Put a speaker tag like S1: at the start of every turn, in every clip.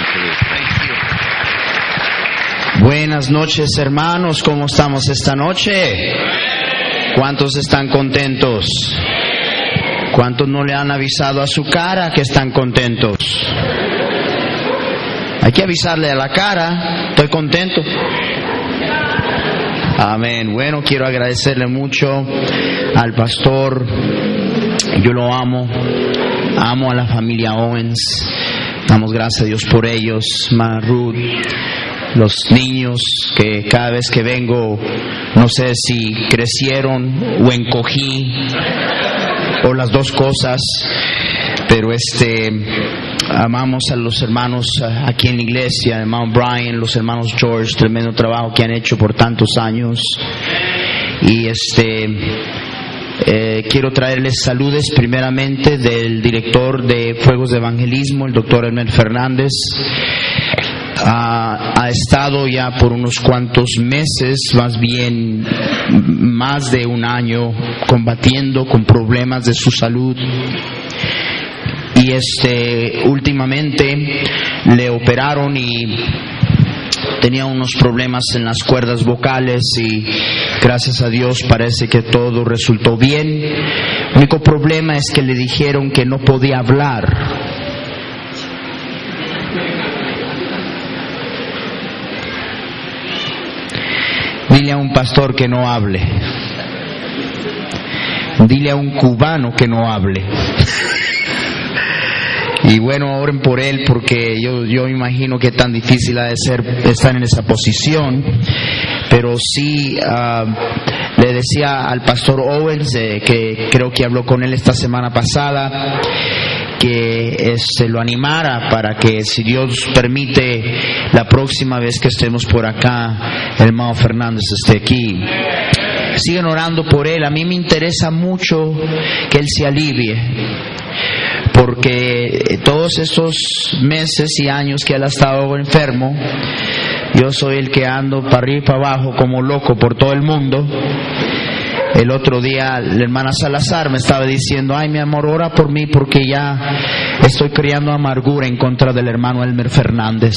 S1: Buenas noches, hermanos. ¿Cómo estamos esta noche? ¿Cuántos están contentos? ¿Cuántos no le han avisado a su cara que están contentos? Hay que avisarle a la cara, estoy contento. Amén. Bueno, quiero agradecerle mucho al pastor. Yo lo amo a la familia Owens. Damos gracias a Dios por ellos, Ruth, los niños que cada vez que vengo, no sé si crecieron o encogí o las dos cosas, pero amamos a los hermanos aquí en la iglesia, el hermano Brian, los hermanos George, tremendo trabajo que han hecho por tantos años. Y quiero traerles saludos primeramente del director de Fuegos de Evangelismo, el doctor Elmer Fernández. Ha estado ya por unos cuantos meses, más bien más de un año, combatiendo con problemas de su salud. Y últimamente le operaron y tenía unos problemas en las cuerdas vocales y gracias a Dios parece que todo resultó bien. El único problema es que le dijeron que no podía hablar. Dile a un pastor que no hable. Dile a un cubano que no hable. Y bueno, oren por él porque yo me imagino que tan difícil ha de ser estar en esa posición. Pero sí, le decía al pastor Owens, que creo que habló con él esta semana pasada, que lo animara para que, si Dios permite, la próxima vez que estemos por acá, el hermano Fernández esté aquí. Sigan orando por él. A mí me interesa mucho que él se alivie, porque todos estos meses y años que él ha estado enfermo, yo soy el que ando para arriba y para abajo como loco por todo el mundo. El otro día la hermana Salazar me estaba diciendo: ay, mi amor, ora por mí porque ya estoy creando amargura en contra del hermano Elmer Fernández.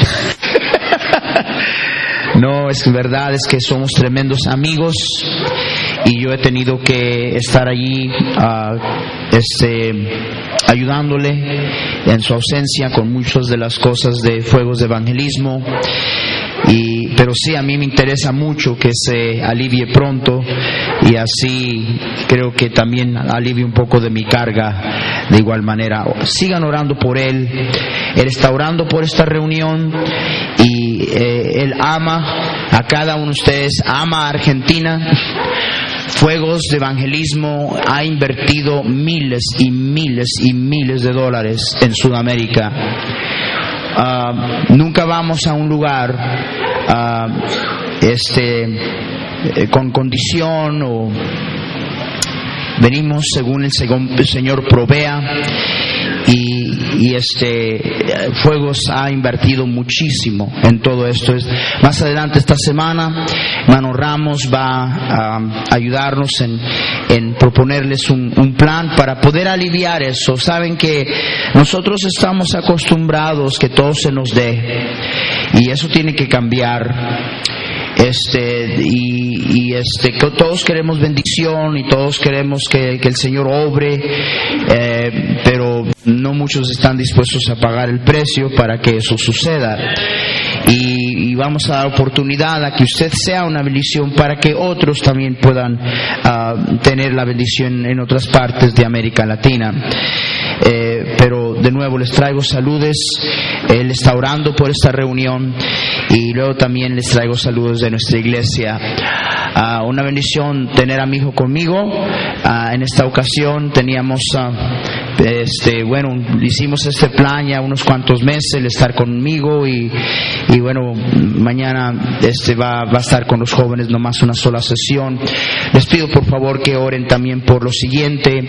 S1: No, es verdad, es que somos tremendos amigos y yo he tenido que estar allí ayudándole en su ausencia con muchas de las cosas de Fuegos de Evangelismo. Pero sí, a mí me interesa mucho que se alivie pronto y así creo que también alivie un poco de mi carga de igual manera. Sigan orando por él. Él está orando por esta reunión y él ama a cada uno de ustedes, ama a Argentina. Fuegos de Evangelismo ha invertido miles y miles y miles de dólares en Sudamérica. Nunca vamos a un lugar con condición, o venimos según el Señor provea. Y Fuegos ha invertido muchísimo en todo esto. Más adelante esta semana, hermano Ramos va a ayudarnos en proponerles un plan para poder aliviar eso. Saben que nosotros estamos acostumbrados que todo se nos dé y eso tiene que cambiar. Que todos queremos bendición y todos queremos que el Señor obre, pero no muchos están dispuestos a pagar el precio para que eso suceda. Y vamos a dar oportunidad a que usted sea una bendición para que otros también puedan tener la bendición en otras partes de América Latina. Pero de nuevo les traigo saludos. Él está orando por esta reunión y luego también les traigo saludos de nuestra iglesia. Una bendición tener a mi hijo conmigo. En esta ocasión teníamos hicimos este plan ya unos cuantos meses, el estar conmigo y bueno, mañana va a estar con los jóvenes nomás una sola sesión. Les pido por favor que oren también por lo siguiente.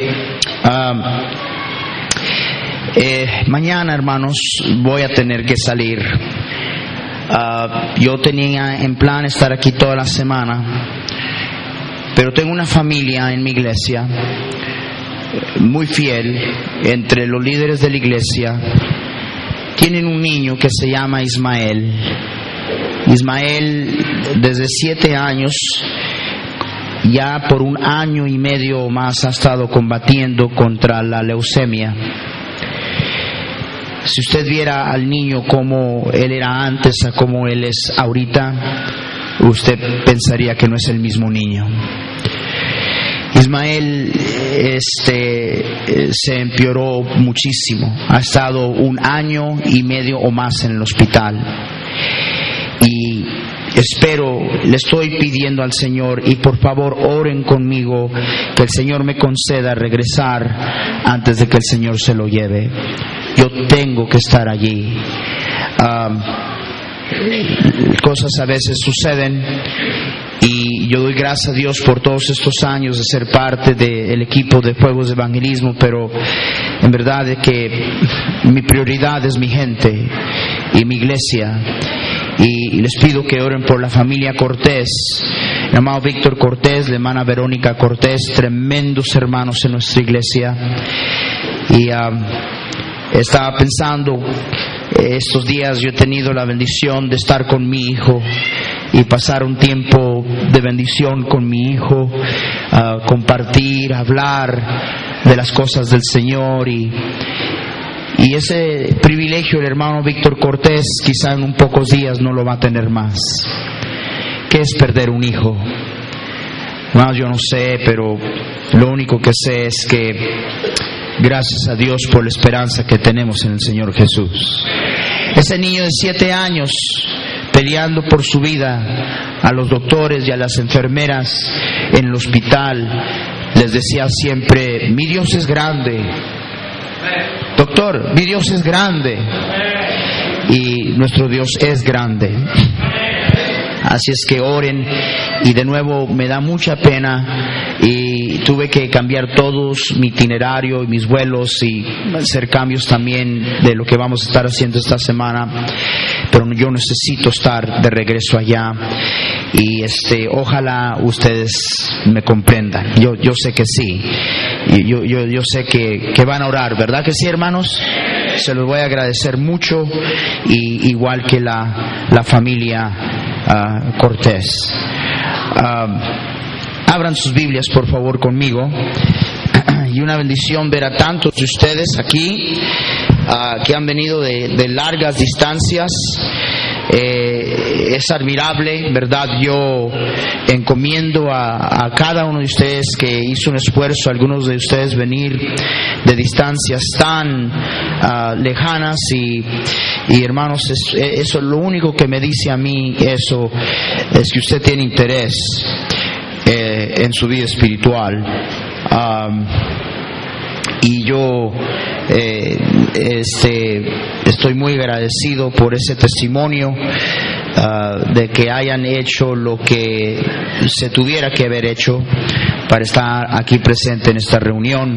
S1: Mañana, hermanos, voy a tener que salir. Yo tenía en plan estar aquí toda la semana, pero tengo una familia en mi iglesia muy fiel entre los líderes de la iglesia tienen un niño que se llama Ismael. Ismael, desde 7 años, ya por 1 año y medio o más ha estado combatiendo contra la leucemia. Si usted viera al niño como él era antes a como él es ahorita, usted pensaría que no es el mismo niño. Ismael se empeoró muchísimo. Ha estado 1 año y medio o más en el hospital. Y le estoy pidiendo al Señor, y por favor oren conmigo, que el Señor me conceda regresar antes de que el Señor se lo lleve. Yo tengo que estar allí. Cosas a veces suceden, y yo doy gracias a Dios por todos estos años de ser parte del equipo de Fuegos de Evangelismo, pero en verdad es que mi prioridad es mi gente y mi iglesia. Y les pido que oren por la familia Cortés, el hermano Víctor Cortés, la hermana Verónica Cortés, tremendos hermanos en nuestra iglesia. Y estaba pensando, estos días yo he tenido la bendición de estar con mi hijo y pasar un tiempo de bendición con mi hijo, compartir, hablar de las cosas del Señor, y ese privilegio el hermano Víctor Cortés quizá en pocos días no lo va a tener más. ¿Qué es perder un hijo? Más yo no sé, pero lo único que sé es que gracias a Dios por la esperanza que tenemos en el Señor Jesús. Ese niño de 7 años peleando por su vida, a los doctores y a las enfermeras en el hospital les decía siempre: mi Dios es grande. Doctor, mi Dios es grande. Y nuestro Dios es grande. Así es que oren. Y de nuevo me da mucha pena, y tuve que cambiar todos mi itinerario y mis vuelos y hacer cambios también de lo que vamos a estar haciendo esta semana, pero yo necesito estar de regreso allá, y ojalá ustedes me comprendan. Yo sé que sí, y yo sé que van a orar, ¿verdad que sí, hermanos? Se los voy a agradecer mucho, y igual que la familia Cortés. Abran sus Biblias por favor conmigo. Y una bendición ver a tantos de ustedes aquí que han venido de largas distancias. Es admirable, ¿verdad? Yo encomiendo a cada uno de ustedes que hizo un esfuerzo, algunos de ustedes venir de distancias tan lejanas, y hermanos, eso lo único que me dice a mí eso es que usted tiene interés en su vida espiritual. Y yo estoy muy agradecido por ese testimonio de que hayan hecho lo que se tuviera que haber hecho para estar aquí presente en esta reunión.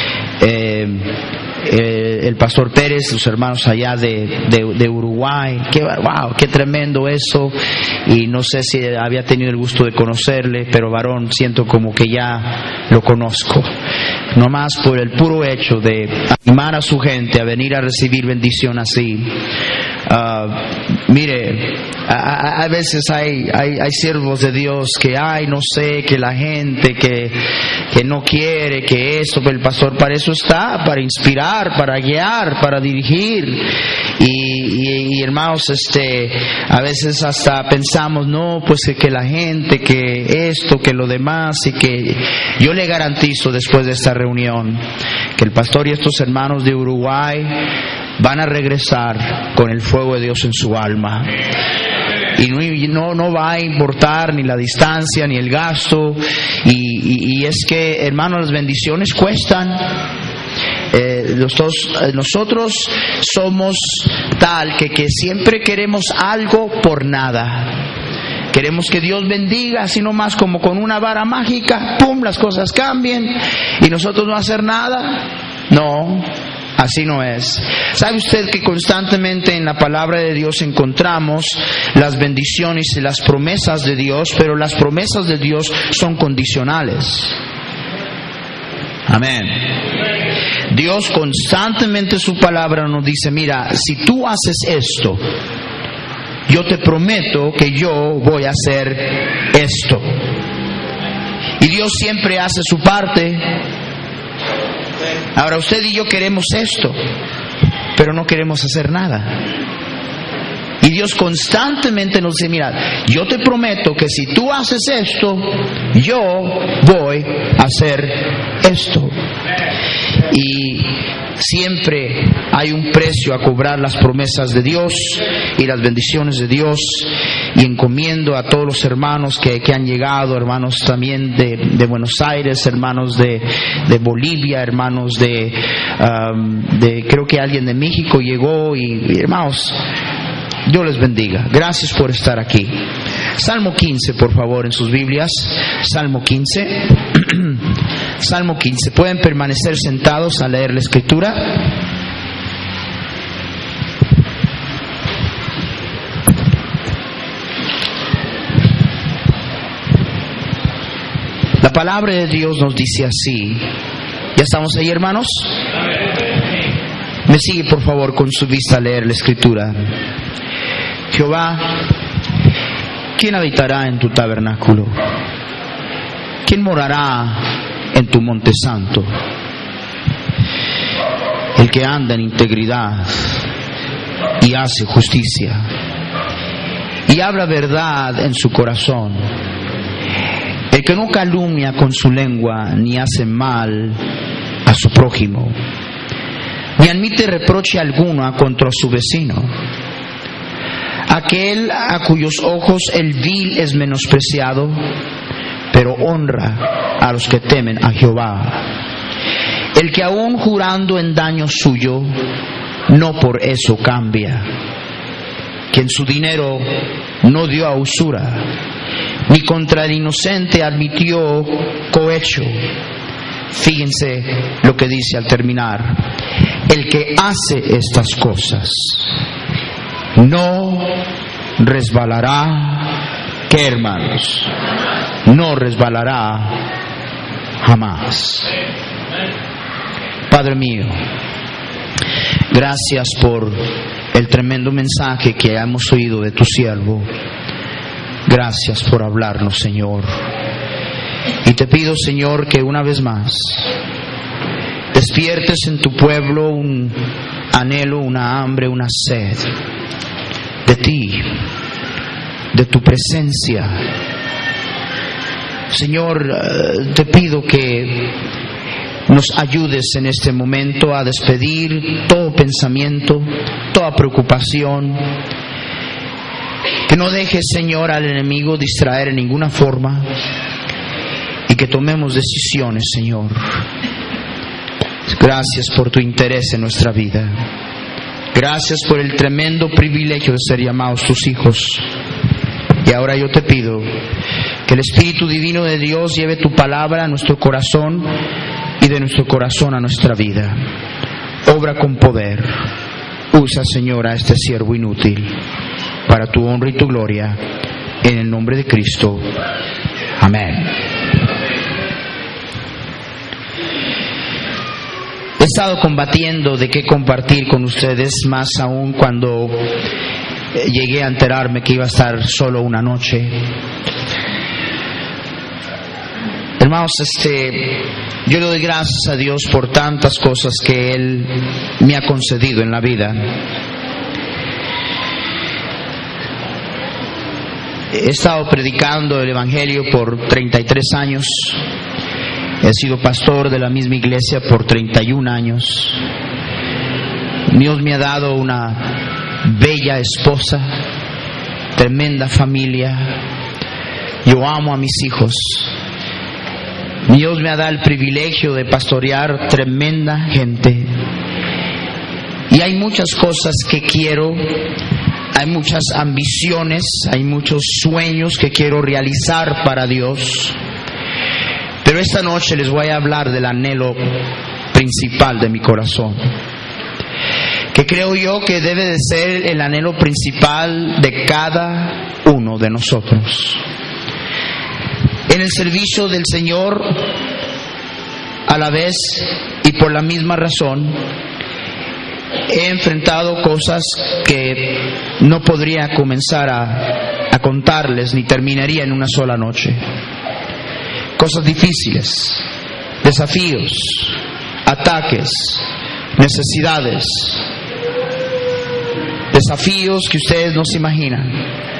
S1: El pastor Pérez, los hermanos allá de Uruguay, qué tremendo eso, y no sé si había tenido el gusto de conocerle, pero varón, siento como que ya lo conozco, nomás por el puro hecho de animar a su gente a venir a recibir bendición así. Mire, a veces hay siervos de Dios que no sé, que la gente que no quiere, que esto, pero el pastor para eso está, para inspirar, para guiar, para dirigir. Y hermanos, a veces hasta pensamos, no, pues que la gente, que esto, que lo demás, y que yo le garantizo después de esta reunión que el pastor y estos hermanos de Uruguay van a regresar con el fuego de Dios en su alma. Y no va a importar ni la distancia ni el gasto, y es que, hermanos, las bendiciones cuestan. Nosotros somos tal que siempre queremos algo por nada. Queremos que Dios bendiga, así nomás como con una vara mágica, ¡pum!, las cosas cambien, y nosotros no hacer nada. No, así no es. ¿Sabe usted que constantemente en la palabra de Dios encontramos las bendiciones y las promesas de Dios, pero las promesas de Dios son condicionales? Amén. Dios constantemente en su palabra nos dice, mira, si tú haces esto, yo te prometo que yo voy a hacer esto. Y Dios siempre hace su parte. Ahora usted y yo queremos esto, pero no queremos hacer nada. Y Dios constantemente nos dice, mira, yo te prometo que si tú haces esto, yo voy a hacer esto. Y siempre hay un precio a cobrar las promesas de Dios y las bendiciones de Dios. Y encomiendo a todos los hermanos que han llegado, hermanos también de Buenos Aires, hermanos de Bolivia, hermanos de creo que alguien de México llegó, y hermanos, Dios les bendiga. Gracias por estar aquí. Salmo 15, por favor, en sus Biblias. Salmo 15. Salmo 15. ¿Pueden permanecer sentados a leer la Escritura? La palabra de Dios nos dice así. ¿Ya estamos ahí, hermanos? Me sigue, por favor, con su vista a leer la Escritura. Jehová, ¿quién habitará en tu tabernáculo? ¿Quién morará en tu monte santo? El que anda en integridad y hace justicia y habla verdad en su corazón, el que no calumnia con su lengua ni hace mal a su prójimo, ni admite reproche alguno contra su vecino, aquel a cuyos ojos el vil es menospreciado, pero honra a los que temen a Jehová, el que aún jurando en daño suyo, no por eso cambia, que en su dinero no dio a usura, ni contra el inocente admitió cohecho. Fíjense lo que dice al terminar: el que hace estas cosas no resbalará. ¿Qué, hermanos? No resbalará jamás. Padre mío, gracias por el tremendo mensaje que hemos oído de tu siervo. Gracias por hablarnos, Señor. Y te pido, Señor, que una vez más despiertes en tu pueblo un anhelo, una hambre, una sed de ti, de tu presencia. Señor, te pido que nos ayudes en este momento a despedir todo pensamiento, toda preocupación. Que no dejes, Señor, al enemigo distraer en ninguna forma, y que tomemos decisiones, Señor. Gracias por tu interés en nuestra vida. Gracias por el tremendo privilegio de ser llamados tus hijos. Y ahora yo te pido que el Espíritu Divino de Dios lleve tu palabra a nuestro corazón y de nuestro corazón a nuestra vida. Obra con poder. Usa, Señor, a este siervo inútil para tu honra y tu gloria, en el nombre de Cristo. Amén. He estado combatiendo de qué compartir con ustedes, más aún cuando llegué a enterarme que iba a estar solo una noche. Hermanos, yo le doy gracias a Dios por tantas cosas que Él me ha concedido en la vida. He estado predicando el Evangelio por 33 años. He sido pastor de la misma iglesia por 31 años. Dios me ha dado una bella esposa, tremenda familia. Yo amo a mis hijos. Dios me ha dado el privilegio de pastorear tremenda gente. Y hay muchas cosas que quiero, hay muchas ambiciones, hay muchos sueños que quiero realizar para Dios. Pero esta noche les voy a hablar del anhelo principal de mi corazón, que creo yo que debe de ser el anhelo principal de cada uno de nosotros. En el servicio del Señor a la vez y por la misma razón he enfrentado cosas que no podría comenzar a contarles ni terminaría en una sola noche. Cosas difíciles, desafíos, ataques, necesidades, desafíos que ustedes no se imaginan.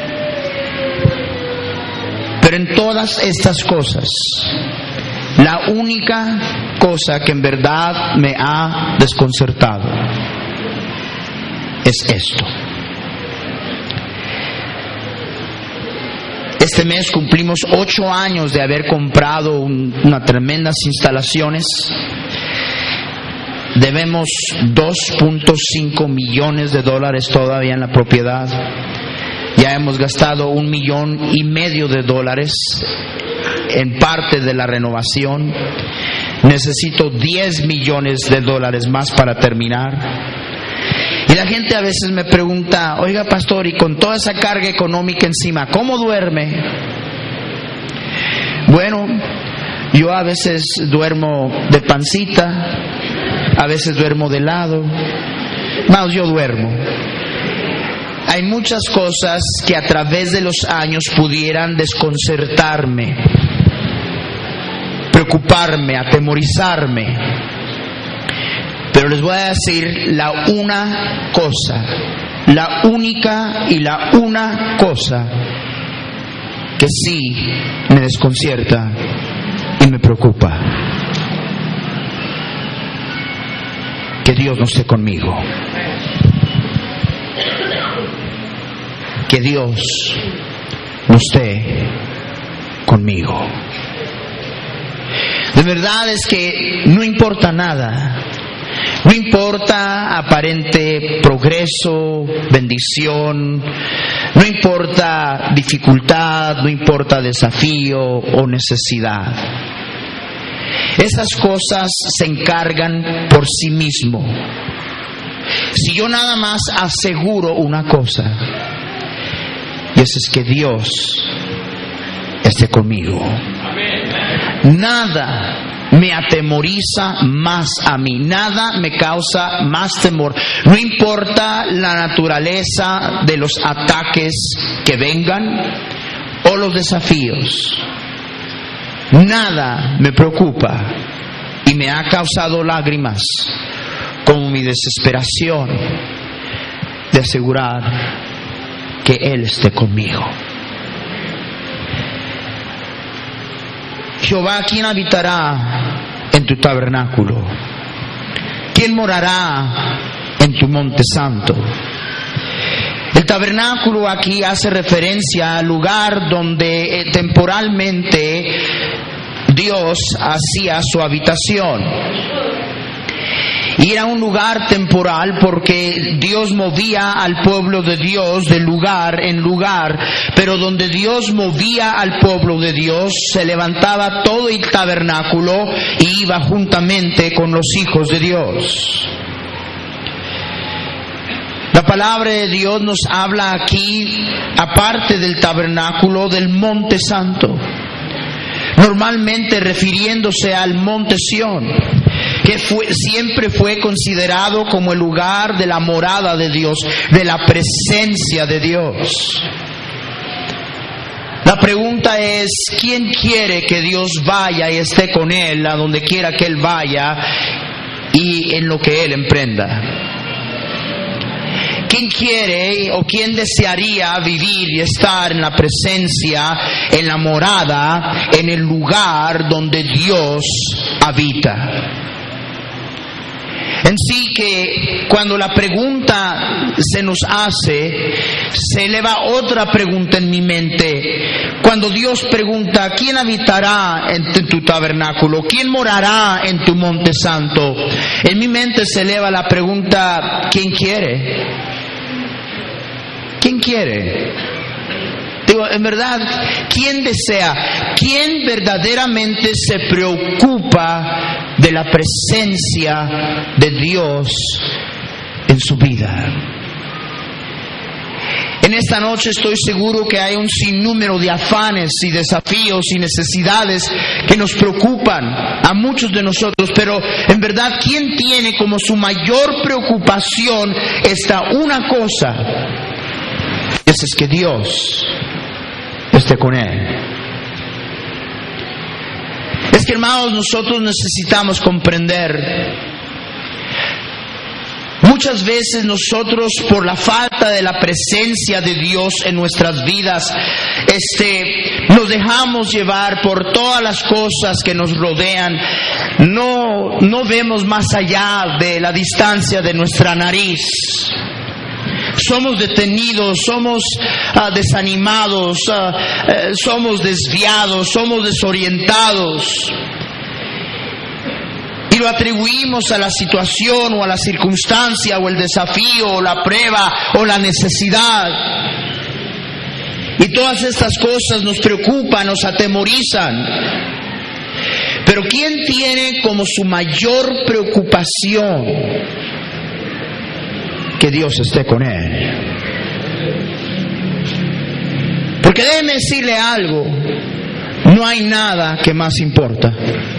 S1: Pero en todas estas cosas, la única cosa que en verdad me ha desconcertado es esto. Este mes cumplimos 8 años de haber comprado unas tremendas instalaciones. Debemos $2.5 millones todavía en la propiedad. Ya hemos gastado $1.5 millones en parte de la renovación. Necesito $10 millones más para terminar. Y la gente a veces me pregunta: oiga, pastor, y con toda esa carga económica encima, ¿cómo duerme? Bueno, yo a veces duermo de pancita, a veces duermo de lado, más yo duermo. Hay muchas cosas que a través de los años pudieran desconcertarme, preocuparme, atemorizarme. Pero les voy a decir la una cosa, la única y la una cosa que sí me desconcierta y me preocupa: que Dios no esté conmigo. Que Dios no esté conmigo. De verdad es que no importa nada. No importa aparente progreso, bendición, no importa dificultad, no importa desafío o necesidad. Esas cosas se encargan por sí mismo. Si yo nada más aseguro una cosa, y eso es que Dios esté conmigo. Nada me atemoriza más a mí, nada me causa más temor. No importa la naturaleza de los ataques que vengan o los desafíos, nada me preocupa y me ha causado lágrimas como mi desesperación de asegurar que Él esté conmigo. Jehová, ¿quién habitará en tu tabernáculo? ¿Quién morará en tu monte santo? El tabernáculo aquí hace referencia al lugar donde temporalmente Dios hacía su habitación. Y era un lugar temporal porque Dios movía al pueblo de Dios de lugar en lugar, pero donde Dios movía al pueblo de Dios se levantaba todo el tabernáculo y iba juntamente con los hijos de Dios. La palabra de Dios nos habla aquí, aparte del tabernáculo, del monte santo, normalmente refiriéndose al monte Sión, que siempre fue considerado como el lugar de la morada de Dios, de la presencia de Dios. La pregunta es: ¿quién quiere que Dios vaya y esté con Él a donde quiera que Él vaya y en lo que Él emprenda? ¿Quién quiere o quién desearía vivir y estar en la presencia, en la morada, en el lugar donde Dios habita? En sí que cuando la pregunta se nos hace, se eleva otra pregunta en mi mente. Cuando Dios pregunta: ¿quién habitará en tu tabernáculo? ¿Quién morará en tu monte santo? En mi mente se eleva la pregunta: ¿quién quiere? ¿Quién quiere? Digo, en verdad, ¿quién desea? ¿Quién verdaderamente se preocupa de la presencia de Dios en su vida? En En esta noche estoy seguro que hay un sinnúmero de afanes y desafíos y necesidades que nos preocupan a muchos de nosotros, pero en verdad, ¿quién tiene como su mayor preocupación esta una cosa? Esa es que Dios esté con él. Es que, hermanos, nosotros necesitamos comprender. Muchas veces nosotros, por la falta de la presencia de Dios en nuestras vidas, nos dejamos llevar por todas las cosas que nos rodean. No vemos más allá de la distancia de nuestra nariz. Somos detenidos, somos desanimados, somos desviados, somos desorientados. Y lo atribuimos a la situación o a la circunstancia o el desafío o la prueba o la necesidad. Y todas estas cosas nos preocupan, nos atemorizan. Pero ¿quién tiene como su mayor preocupación que Dios esté con él? Porque déjeme decirle algo, no hay nada que más importa.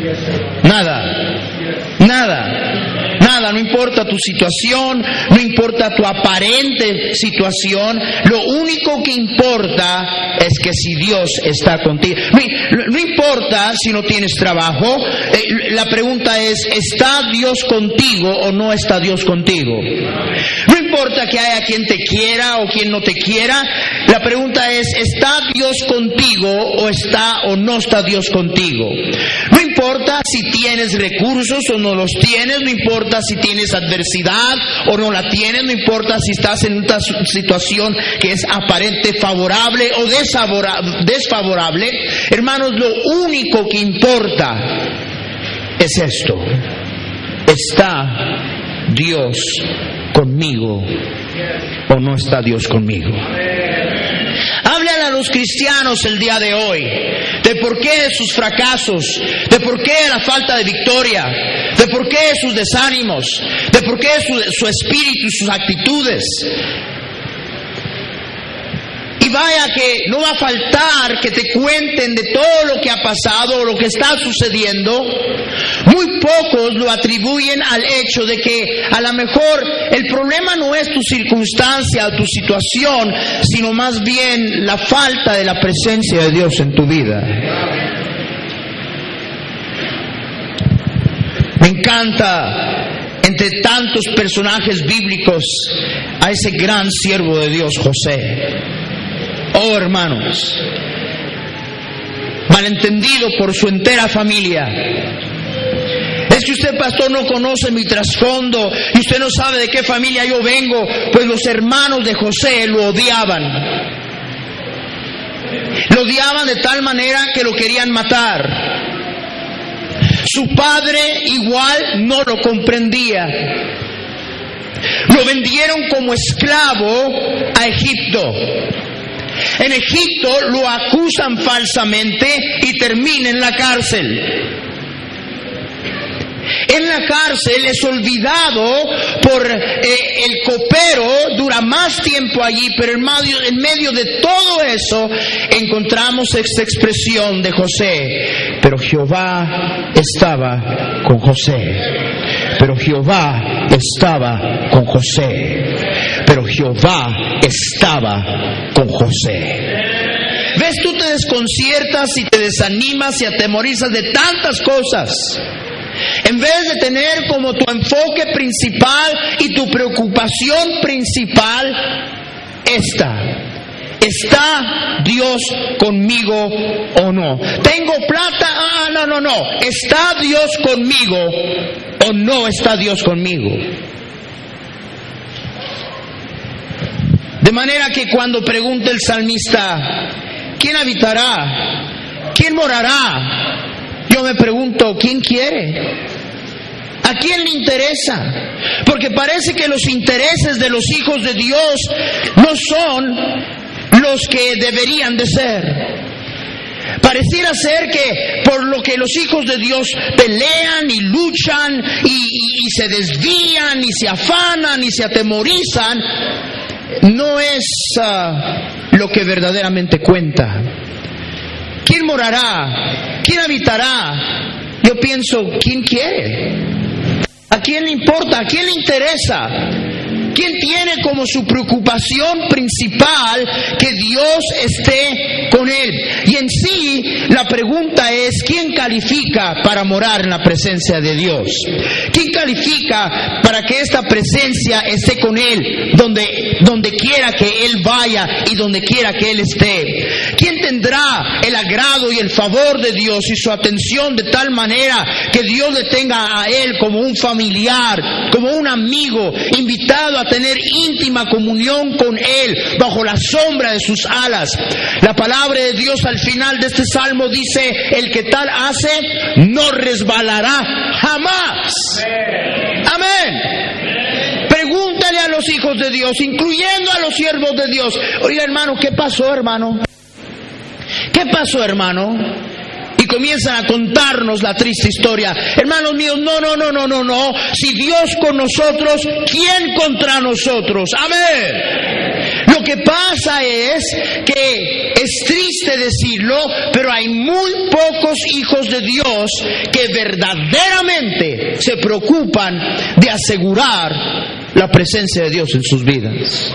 S1: Nada, no importa tu situación, no importa tu aparente situación, lo único que importa es que si Dios está contigo. No importa si no tienes trabajo, la pregunta es, ¿está Dios contigo o no está Dios contigo? No importa que haya quien te quiera o quien no te quiera, la pregunta es, ¿está Dios contigo o no está Dios contigo? No importa si tienes recursos o no los tienes, no importa si tienes adversidad o no la tienes, no importa si estás en una situación que es aparente favorable o desfavorable. Hermanos, lo único que importa es esto: ¿está Dios conmigo o no está Dios conmigo? Háblale a los cristianos el día de hoy de por qué sus fracasos, de por qué la falta de victoria, de por qué sus desánimos, de por qué su espíritu y sus actitudes. Y vaya que no va a faltar que te cuenten de todo lo que ha pasado o lo que está sucediendo. Muy pocos lo atribuyen al hecho de que a lo mejor el problema no es tu circunstancia o tu situación, sino más bien la falta de la presencia de Dios en tu vida. Me encanta, entre tantos personajes bíblicos, a ese gran siervo de Dios, José. Oh, hermanos, malentendido por su entera familia. Es que usted, pastor, no conoce mi trasfondo y usted no sabe de qué familia yo vengo. Pues los hermanos de José lo odiaban. Lo odiaban de tal manera que lo querían matar. Su padre igual no lo comprendía. Lo vendieron como esclavo a Egipto. En Egipto lo acusan falsamente y termina en la cárcel. En la cárcel es olvidado por el copero, dura más tiempo allí, pero en medio de todo eso encontramos esta expresión de José: pero Jehová estaba con José. Pero Jehová estaba con José. Pero Jehová estaba con José. ¿Ves? Tú te desconciertas y te desanimas y atemorizas de tantas cosas. En vez de tener como tu enfoque principal y tu preocupación principal ¿está Dios conmigo o no? ¿Tengo plata? No. ¿Está Dios conmigo o no está Dios conmigo? De manera que cuando pregunta el salmista, ¿quién habitará? ¿Quién morará? Yo me pregunto, ¿quién quiere? ¿A quién le interesa? Porque parece que los intereses de los hijos de Dios no son los que deberían de ser. Pareciera ser que por lo que los hijos de Dios pelean y luchan y se desvían y se afanan y se atemorizan, no es lo que verdaderamente cuenta. ¿Quién morará? ¿Quién habitará? Yo pienso, ¿quién quiere? ¿A quién le importa? ¿A quién le interesa? ¿Quién tiene como su preocupación principal que Dios esté con él? Y en sí, la pregunta es, ¿quién califica para morar en la presencia de Dios? ¿Quién califica para que esta presencia esté con él donde quiera que él vaya y donde quiera que él esté? ¿Quién tendrá el agrado y el favor de Dios y su atención de tal manera que Dios le tenga a él como un familiar, como un amigo, invitado a tener íntima comunión con él bajo la sombra de sus alas? La palabra de Dios al final de este salmo dice: el que tal hace no resbalará jamás. Amén. Pregúntale a los hijos de Dios, incluyendo a los siervos de Dios. Oiga, hermano, ¿qué pasó, hermano? ¿Qué pasó, hermano? Y comienzan a contarnos la triste historia. Hermanos míos, no. Si Dios con nosotros, ¿quién contra nosotros? Amén. Lo que pasa es que es triste decirlo, pero hay muy pocos hijos de Dios que verdaderamente se preocupan de asegurar la presencia de Dios en sus vidas.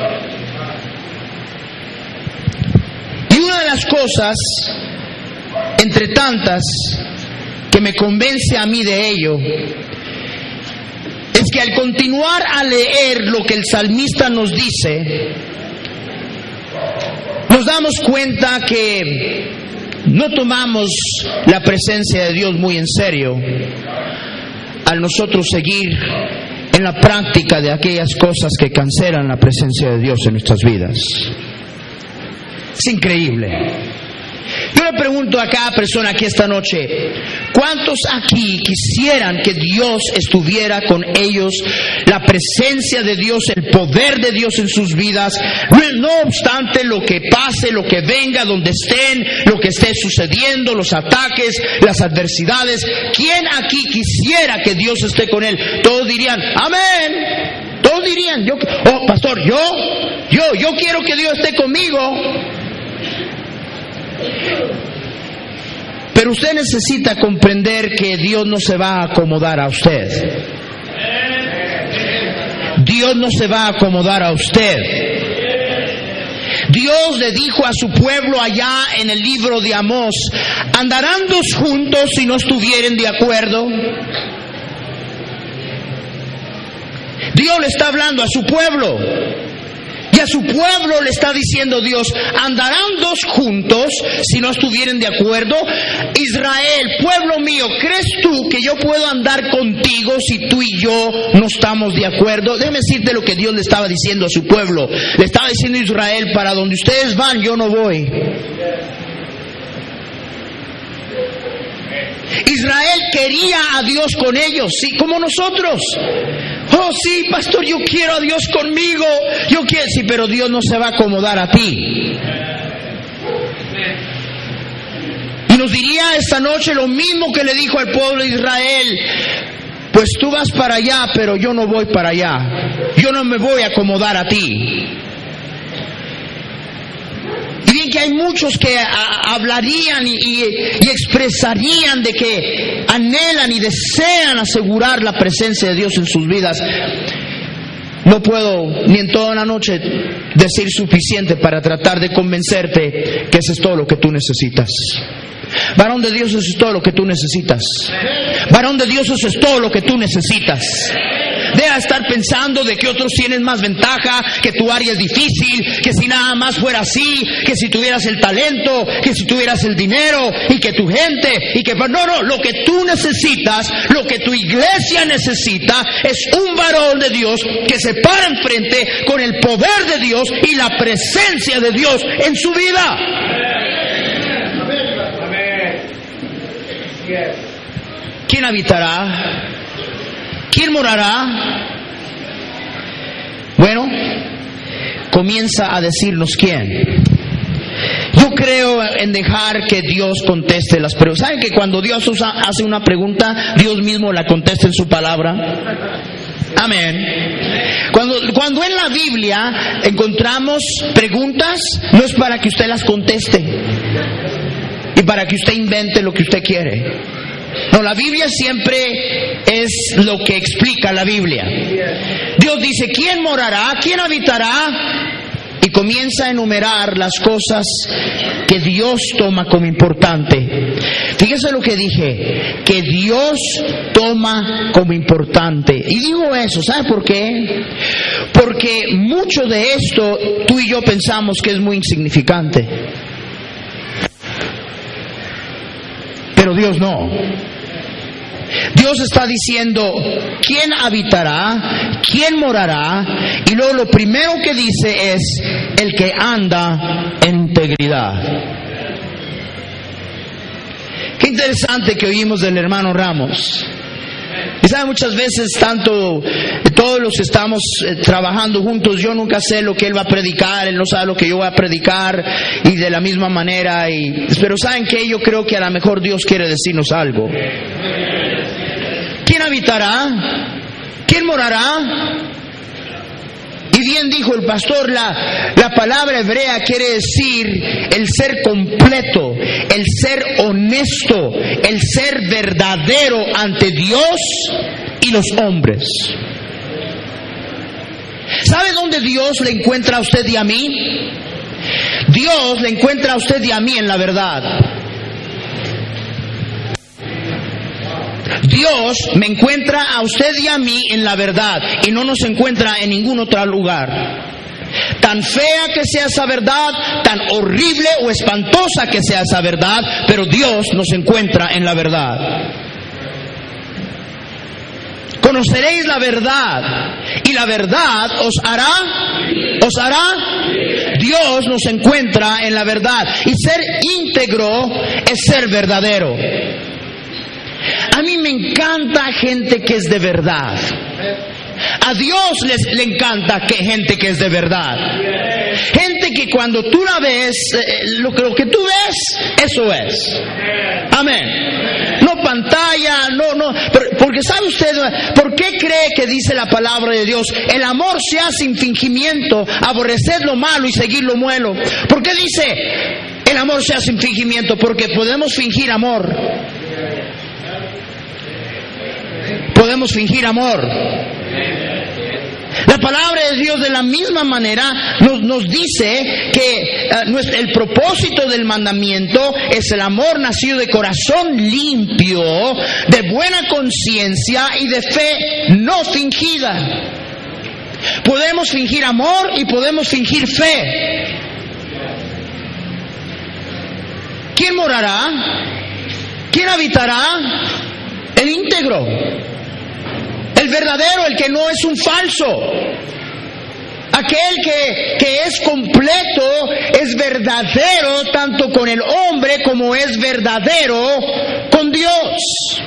S1: Y una de las cosas, entre tantas, que me convence a mí de ello, es que al continuar a leer lo que el salmista nos dice, nos damos cuenta que no tomamos la presencia de Dios muy en serio al nosotros seguir en la práctica de aquellas cosas que cancelan la presencia de Dios en nuestras vidas. Es increíble. Yo le pregunto a cada persona aquí esta noche, ¿cuántos aquí quisieran que Dios estuviera con ellos, la presencia de Dios, el poder de Dios en sus vidas, no obstante lo que pase, lo que venga, donde estén, lo que esté sucediendo, los ataques, las adversidades? ¿Quién aquí quisiera que Dios esté con él? Todos dirían, amén. Todos dirían, pastor, yo quiero que Dios esté conmigo. Pero usted necesita comprender que Dios no se va a acomodar a usted. Dios no se va a acomodar a usted. Dios le dijo a su pueblo allá en el libro de Amós: ¿andarán dos juntos si no estuvieren de acuerdo? Dios le está hablando a su pueblo. Y a su pueblo le está diciendo Dios: ¿andarán dos juntos si no estuvieren de acuerdo? Israel, pueblo mío, ¿crees tú que yo puedo andar contigo si tú y yo no estamos de acuerdo? Déjame decirte lo que Dios le estaba diciendo a su pueblo. Le estaba diciendo a Israel: para donde ustedes van, yo no voy. Israel quería a Dios con ellos, sí, como nosotros. Oh, sí, pastor, yo quiero a Dios conmigo. Yo quiero, sí, pero Dios no se va a acomodar a ti. Y nos diría esta noche lo mismo que le dijo al pueblo de Israel: pues tú vas para allá, pero yo no voy para allá. Yo no me voy a acomodar a ti. Y bien que hay muchos que hablarían y expresarían de que anhelan y desean asegurar la presencia de Dios en sus vidas. No puedo ni en toda la noche decir suficiente para tratar de convencerte que eso es todo lo que tú necesitas. Varón de Dios, eso es todo lo que tú necesitas. Varón de Dios, eso es todo lo que tú necesitas. Deja de estar pensando de que otros tienen más ventaja, que tu área es difícil, que si nada más fuera así, que si tuvieras el talento, que si tuvieras el dinero y que tu gente y que no, lo que tú necesitas, lo que tu iglesia necesita es un varón de Dios que se para enfrente con el poder de Dios y la presencia de Dios en su vida. ¿Quién habitará? ¿Quién morará? Bueno, comienza a decirnos quién. Yo creo en dejar que Dios conteste las preguntas. ¿Saben que cuando Dios hace una pregunta, Dios mismo la contesta en su palabra? Amén. Cuando en la Biblia encontramos preguntas, no es para que usted las conteste y para que usted invente lo que usted quiere. No, la Biblia siempre es lo que explica la Biblia. Dios dice, ¿quién morará? ¿Quién habitará? Y comienza a enumerar las cosas que Dios toma como importante. Fíjese lo que dije, que Dios toma como importante. Y digo eso, ¿sabe por qué? Porque mucho de esto tú y yo pensamos que es muy insignificante. Pero Dios no. Dios está diciendo, ¿quién habitará? ¿Quién morará? Y luego lo primero que dice es, el que anda en integridad. Qué interesante que oímos del hermano Ramos. Y sabe, muchas veces, tanto todos los que estamos trabajando juntos, yo nunca sé lo que él va a predicar, él no sabe lo que yo voy a predicar, y de la misma manera, pero ¿saben qué? Yo creo que a lo mejor Dios quiere decirnos algo. ¿Quién habitará? ¿Quién morará? Y bien dijo el pastor, la palabra hebrea quiere decir el ser completo, el ser honesto, el ser verdadero ante Dios y los hombres. ¿Sabe dónde Dios le encuentra a usted y a mí? Dios le encuentra a usted y a mí en la verdad. Dios me encuentra a usted y a mí en la verdad y no nos encuentra en ningún otro lugar. Tan fea que sea esa verdad, tan horrible o espantosa que sea esa verdad, pero Dios nos encuentra en la verdad. Conoceréis la verdad y la verdad os hará. Dios nos encuentra en la verdad y ser íntegro es ser verdadero. A mí me encanta gente que es de verdad. A Dios le encanta gente que es de verdad. Gente que cuando tú la ves, lo que tú ves, eso es. Amén. No pantalla, no. Porque ¿sabe usted por qué cree que dice la palabra de Dios? El amor se hace sin fingimiento, aborrecer lo malo y seguir lo bueno. ¿Por qué dice el amor se hace sin fingimiento? Porque podemos fingir amor. Podemos fingir amor. La palabra de Dios de la misma manera nos dice que el propósito del mandamiento es el amor nacido de corazón limpio, de buena conciencia y de fe no fingida. Podemos fingir amor y podemos fingir fe. ¿Quién morará? ¿Quién habitará? El íntegro, el verdadero, el que no es un falso, aquel que es completo, es verdadero tanto con el hombre como es verdadero con Dios.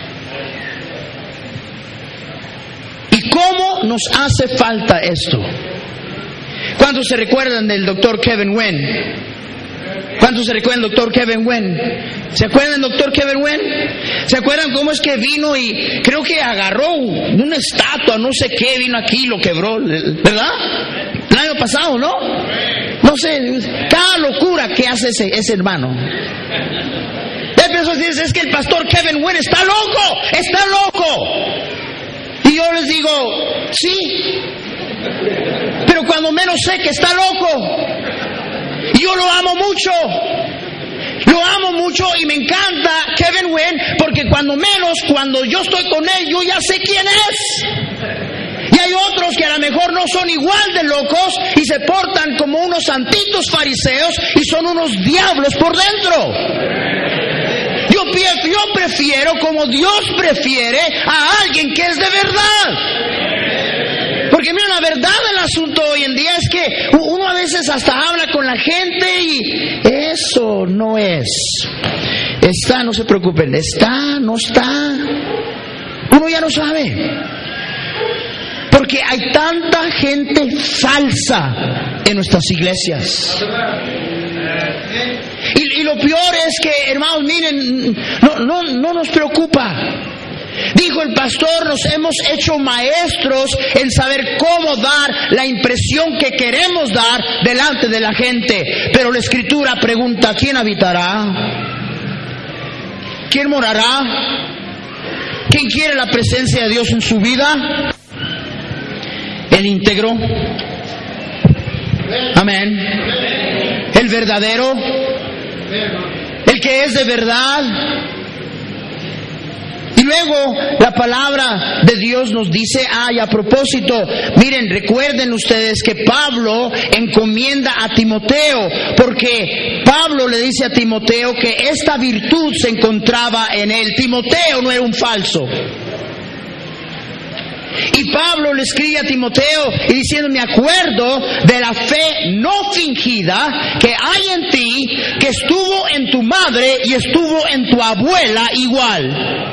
S1: ¿Y cómo nos hace falta esto? ¿Cuántos se recuerdan del doctor Kevin Wen? ¿Cuántos se recuerdan del doctor Kevin Wen? ¿Se acuerdan del doctor Kevin Wen? ¿Se acuerdan cómo es que vino y creo que agarró una estatua, no sé qué, vino aquí y lo quebró, ¿verdad? El año pasado, ¿no? No sé, cada locura que hace ese hermano. Hay personas que dicen, es que el pastor Kevin Wen está loco. Y yo les digo, sí, pero cuando menos sé que está loco. Y yo lo amo mucho y me encanta Kevin Wen, porque cuando yo estoy con él, yo ya sé quién es. Y hay otros que a lo mejor no son igual de locos y se portan como unos santitos fariseos y son unos diablos por dentro. Yo prefiero, como Dios prefiere, a alguien que es de verdad. Porque mira, la verdad del asunto hoy en día es que uno a veces hasta habla con la gente y eso no es. Está, no se preocupen, está, no está. Uno ya no sabe. Porque hay tanta gente falsa en nuestras iglesias. Y lo peor es que, hermanos, miren, no nos preocupa. Dijo el pastor, nos hemos hecho maestros en saber cómo dar la impresión que queremos dar delante de la gente. Pero la Escritura pregunta, ¿quién habitará? ¿Quién morará? ¿Quién quiere la presencia de Dios en su vida? El íntegro. Amén. El verdadero. El que es de verdad. Y luego la palabra de Dios nos dice, y a propósito, miren, recuerden ustedes que Pablo encomienda a Timoteo, porque Pablo le dice a Timoteo que esta virtud se encontraba en él. Timoteo no era un falso. Y Pablo le escribe a Timoteo y diciendo, me acuerdo de la fe no fingida que hay en ti, que estuvo en tu madre y estuvo en tu abuela igual.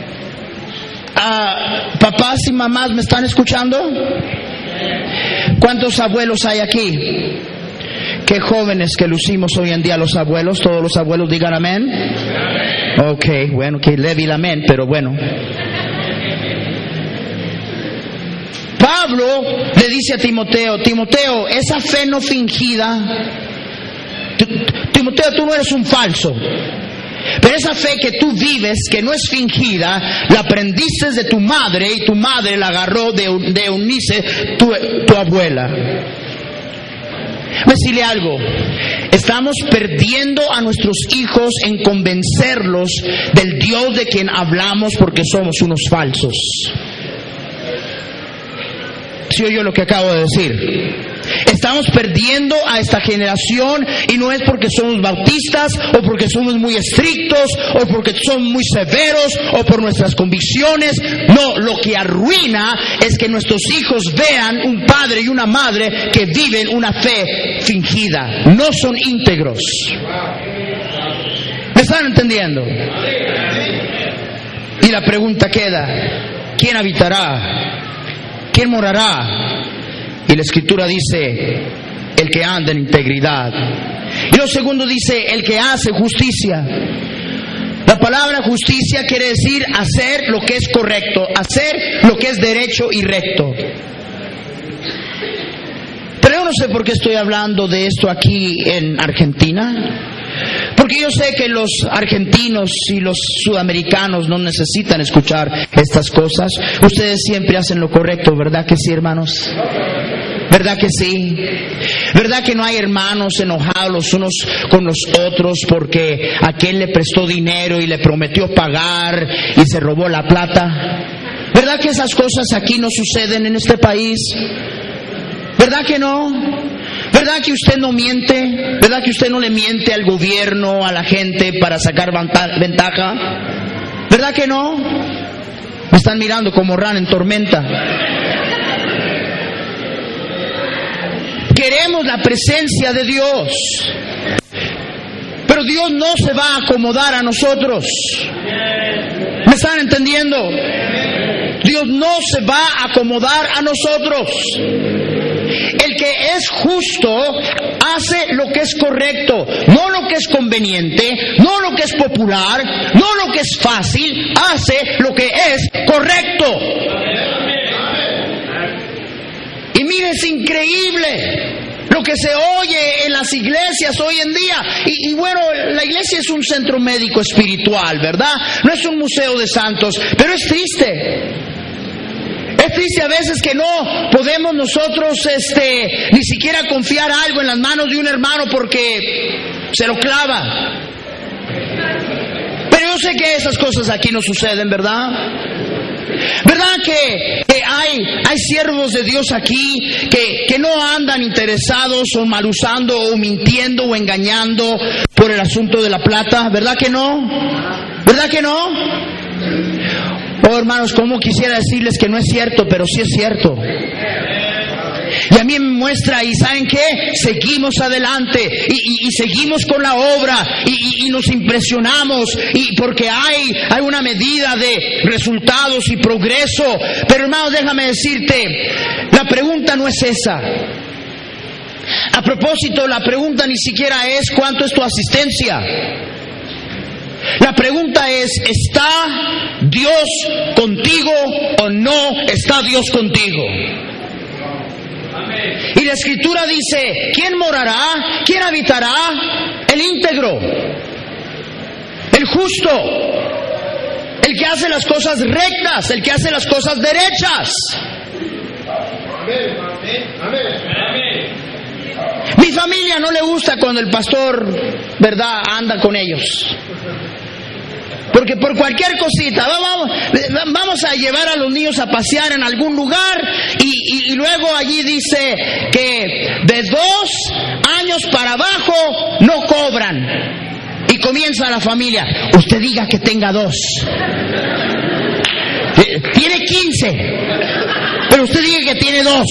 S1: Papás y mamás, ¿me están escuchando? ¿Cuántos abuelos hay aquí? Qué jóvenes que lucimos hoy en día los abuelos. Todos los abuelos digan amén. Ok, bueno, que débil amén, pero bueno. Pablo le dice a Timoteo, Timoteo, esa fe no fingida, Timoteo, tú no eres un falso. Pero esa fe que tú vives, que no es fingida, la aprendiste de tu madre y tu madre la agarró de Eunice, tu abuela. Voy a decirle algo, estamos perdiendo a nuestros hijos en convencerlos del Dios de quien hablamos porque somos unos falsos. ¿Sí oyó lo que acabo de decir? Estamos perdiendo a esta generación y no es porque somos bautistas o porque somos muy estrictos o porque somos muy severos o por nuestras convicciones. No, lo que arruina es que nuestros hijos vean un padre y una madre que viven una fe fingida. No son íntegros. ¿Me están entendiendo? Y la pregunta queda, ¿quién habitará? ¿Quién morará? Y la Escritura dice, el que anda en integridad. Y lo segundo dice, el que hace justicia. La palabra justicia quiere decir hacer lo que es correcto, hacer lo que es derecho y recto. Pero yo no sé por qué estoy hablando de esto aquí en Argentina. Porque yo sé que los argentinos y los sudamericanos no necesitan escuchar estas cosas. Ustedes siempre hacen lo correcto, ¿verdad que sí, hermanos? ¿Verdad que sí? ¿Verdad que no hay hermanos enojados los unos con los otros porque aquel le prestó dinero y le prometió pagar y se robó la plata? ¿Verdad que esas cosas aquí no suceden en este país? ¿Verdad que no? ¿Verdad que usted no miente? ¿Verdad que usted no le miente al gobierno, a la gente para sacar ventaja? ¿Verdad que no? Me están mirando como rana en tormenta. Queremos la presencia de Dios, pero Dios no se va a acomodar a nosotros. ¿Me están entendiendo? Dios no se va a acomodar a nosotros. El que es justo hace lo que es correcto, no lo que es conveniente, no lo que es popular, no lo que es fácil, hace lo que es correcto. Y mire, es increíble lo que se oye en las iglesias hoy en día. Y bueno, la iglesia es un centro médico espiritual, ¿verdad? No es un museo de santos, pero es triste. Es triste a veces que no podemos nosotros ni siquiera confiar algo en las manos de un hermano porque se lo clava. Pero yo sé que esas cosas aquí no suceden, ¿verdad? ¿Verdad que hay siervos de Dios aquí que no andan interesados o mal usando o mintiendo o engañando por el asunto de la plata? ¿Verdad que no? ¿Verdad que no? Oh, hermanos, como quisiera decirles que no es cierto, pero sí es cierto. Y a mí me muestra, y ¿saben qué? Seguimos adelante y seguimos con la obra y nos impresionamos y porque hay una medida de resultados y progreso. Pero hermanos, déjame decirte, la pregunta no es esa. A propósito, la pregunta ni siquiera es ¿cuánto es tu asistencia? La pregunta es, ¿está Dios contigo o no está Dios contigo? Y la Escritura dice, ¿quién morará? ¿Quién habitará? El íntegro, el justo, el que hace las cosas rectas, el que hace las cosas derechas. Mi familia no le gusta cuando el pastor, ¿verdad?, anda con ellos. Porque por cualquier cosita, vamos a llevar a los niños a pasear en algún lugar y luego allí dice que de 2 años para abajo no cobran. Y comienza la familia, usted diga que tenga 2. Tiene 15, pero usted diga que tiene 2.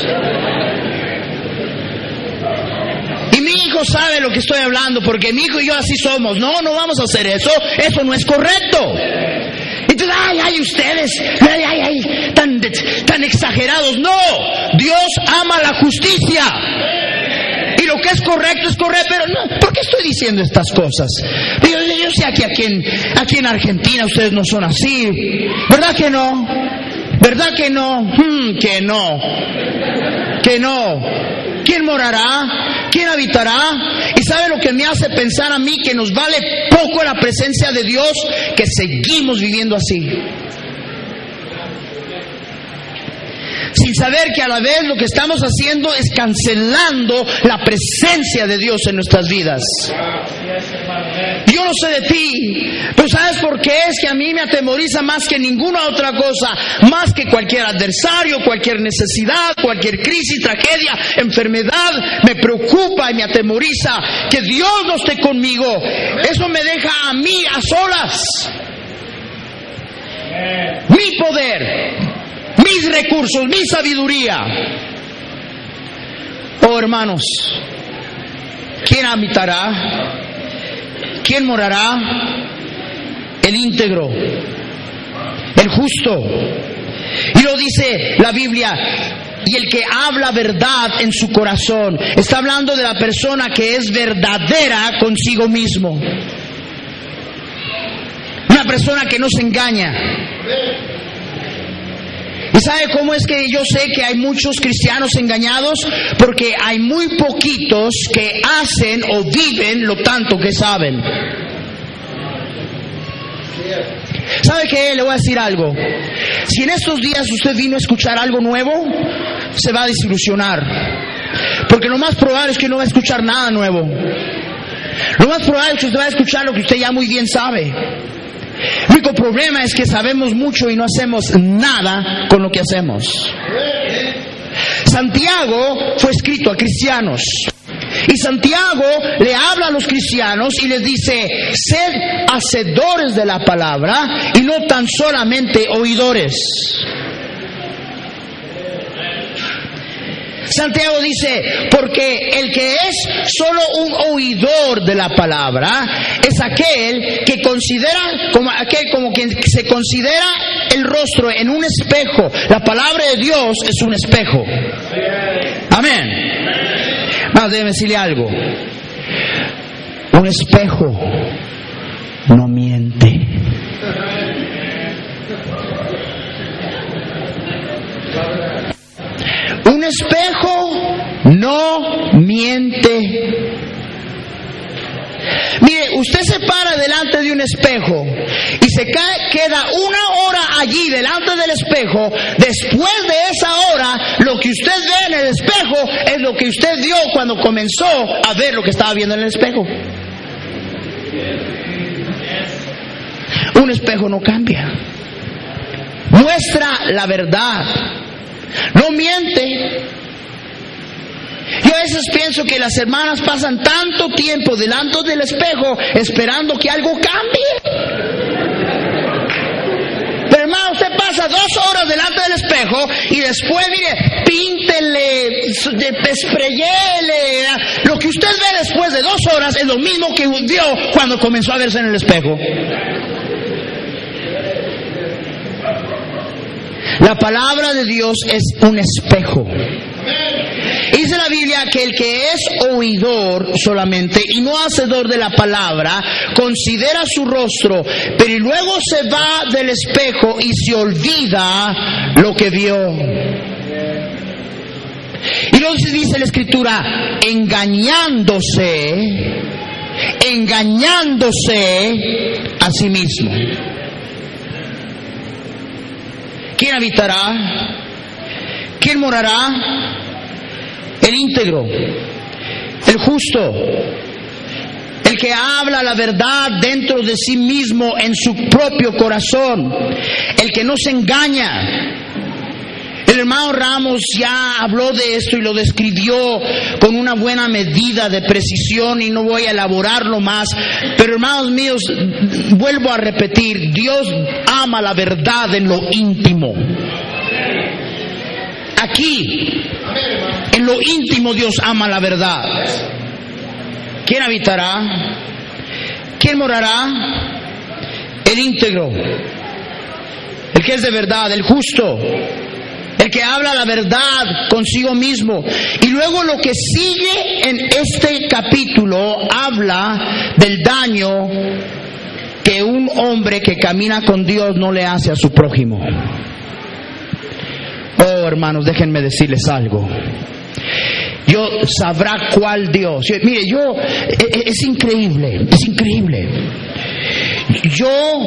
S1: Y mi hijo sabe lo que estoy hablando, porque mi hijo y yo así somos. No vamos a hacer eso. Eso no es correcto. Entonces, ay, ustedes, tan exagerados. No, Dios ama la justicia. Y lo que es correcto, pero no, ¿por qué estoy diciendo estas cosas? Yo sé que aquí en Argentina ustedes no son así. ¿Verdad que no? ¿Verdad que no? Que no. ¿Quién morará? ¿Quién habitará? ¿Y sabe lo que me hace pensar a mí? Que nos vale poco la presencia de Dios, que seguimos viviendo así. Sin saber que a la vez lo que estamos haciendo es cancelando la presencia de Dios en nuestras vidas. Yo no sé de ti, pero ¿sabes por qué? Es que a mí me atemoriza más que ninguna otra cosa, más que cualquier adversario, cualquier necesidad, cualquier crisis, tragedia, enfermedad. Me preocupa y me atemoriza que Dios no esté conmigo. Eso me deja a mí a solas. Mi poder, mis recursos, mi sabiduría. Oh hermanos, ¿quién habitará? ¿Quién morará? El íntegro, el justo. Y lo dice la Biblia, y el que habla verdad en su corazón. Está hablando de la persona que es verdadera consigo mismo. Una persona que no se engaña. ¿Y sabe cómo es que yo sé que hay muchos cristianos engañados? Porque hay muy poquitos que hacen o viven lo tanto que saben. ¿Sabe qué? Le voy a decir algo. Si en estos días usted vino a escuchar algo nuevo, se va a desilusionar. Porque lo más probable es que no va a escuchar nada nuevo. Lo más probable es que usted va a escuchar lo que usted ya muy bien sabe. El único problema es que sabemos mucho y no hacemos nada con lo que hacemos. Santiago fue escrito a cristianos. Y Santiago le habla a los cristianos y les dice, sed hacedores de la palabra y no tan solamente oidores. Santiago dice, porque el que es solo un oidor de la palabra es aquel que considera como quien se considera el rostro en un espejo. La palabra de Dios es un espejo. Amén. Vamos, déjeme decirle algo. Un espejo no miente. Un espejo no miente. Mire, usted se para delante de un espejo y se queda 1 hora allí delante del espejo. Después de esa hora, lo que usted ve en el espejo es lo que usted vio cuando comenzó a ver lo que estaba viendo en el espejo. Un espejo no cambia. Muestra la verdad. No miente. Yo a veces pienso que las hermanas pasan tanto tiempo delante del espejo esperando que algo cambie. Pero hermano, usted pasa 2 horas delante del espejo y después, mire, píntele, sprayele. Lo que usted ve después de 2 horas es lo mismo que vio cuando comenzó a verse en el espejo. La palabra de Dios es un espejo. Dice la Biblia que el que es oidor solamente y no hacedor de la palabra, considera su rostro, pero luego se va del espejo y se olvida lo que vio. Y luego se dice la Escritura, engañándose a sí mismo. ¿Quién habitará? ¿Quién morará? El íntegro, el justo, el que habla la verdad dentro de sí mismo en su propio corazón, el que no se engaña. El hermano Ramos ya habló de esto y lo describió con una buena medida de precisión y no voy a elaborarlo más. Pero hermanos míos, vuelvo a repetir, Dios ama la verdad en lo íntimo. Aquí, en lo íntimo, Dios ama la verdad. ¿Quién habitará? ¿Quién morará? El íntegro, el que es de verdad, el justo, el que habla la verdad consigo mismo. Y luego lo que sigue en este capítulo habla del daño que un hombre que camina con Dios no le hace a su prójimo. Oh, hermanos, déjenme decirles algo. Yo sabrá cuál Dios. Mire, es increíble, es increíble. Yo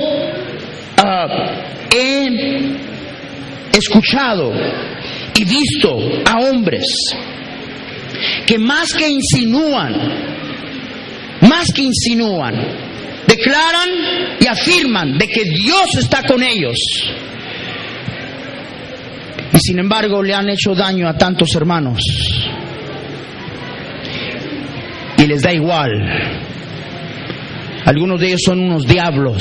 S1: he escuchado y visto a hombres que más que insinúan, declaran y afirman de que Dios está con ellos. Y sin embargo le han hecho daño a tantos hermanos. Y les da igual. Algunos de ellos son unos diablos.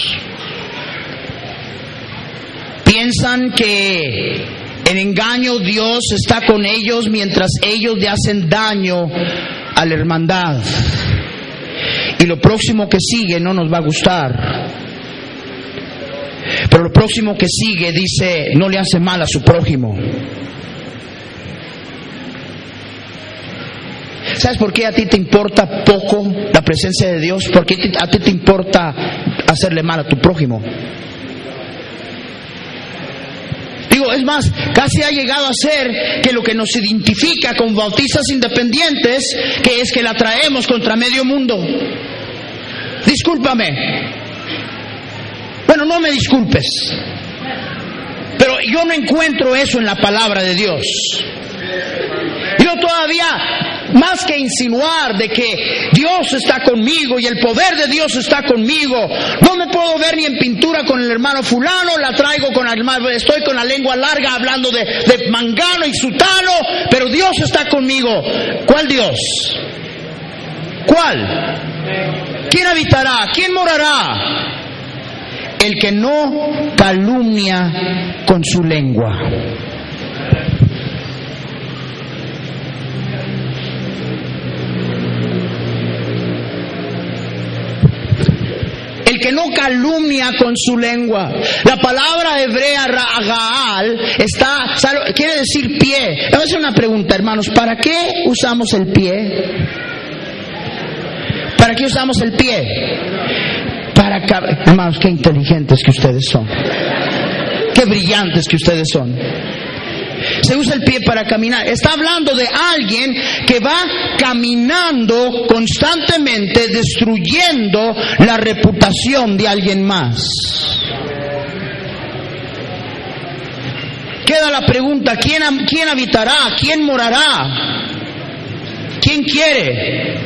S1: Piensan que en engaño Dios está con ellos mientras ellos le hacen daño a la hermandad. Y lo próximo que sigue no nos va a gustar. Pero lo próximo que sigue dice, no le hace mal a su prójimo. ¿Sabes por qué a ti te importa poco la presencia de Dios? ¿Por qué a ti te importa hacerle mal a tu prójimo? Digo, es más, casi ha llegado a ser que lo que nos identifica con bautistas independientes, que es que la traemos contra medio mundo. Discúlpame. Bueno, no me disculpes, pero yo no encuentro eso en la palabra de Dios. Yo todavía, más que insinuar de que Dios está conmigo y el poder de Dios está conmigo, no me puedo ver ni en pintura con el hermano fulano, la traigo con el hermano, estoy con la lengua larga hablando de mangano y sutano, pero Dios está conmigo. ¿Cuál Dios? ¿Cuál? ¿Quién habitará? ¿Quién morará? El que no calumnia con su lengua. El que no calumnia con su lengua. La palabra hebrea ra'gaal quiere decir pie. Voy a hacer una pregunta, hermanos. ¿Para qué usamos el pie? ¿Para qué usamos el pie? Hermanos, qué inteligentes que ustedes son. Qué brillantes que ustedes son. Se usa el pie para caminar. Está hablando de alguien que va caminando constantemente, destruyendo la reputación de alguien más. Queda la pregunta, ¿quién habitará? ¿Quién morará? ¿Quién quiere?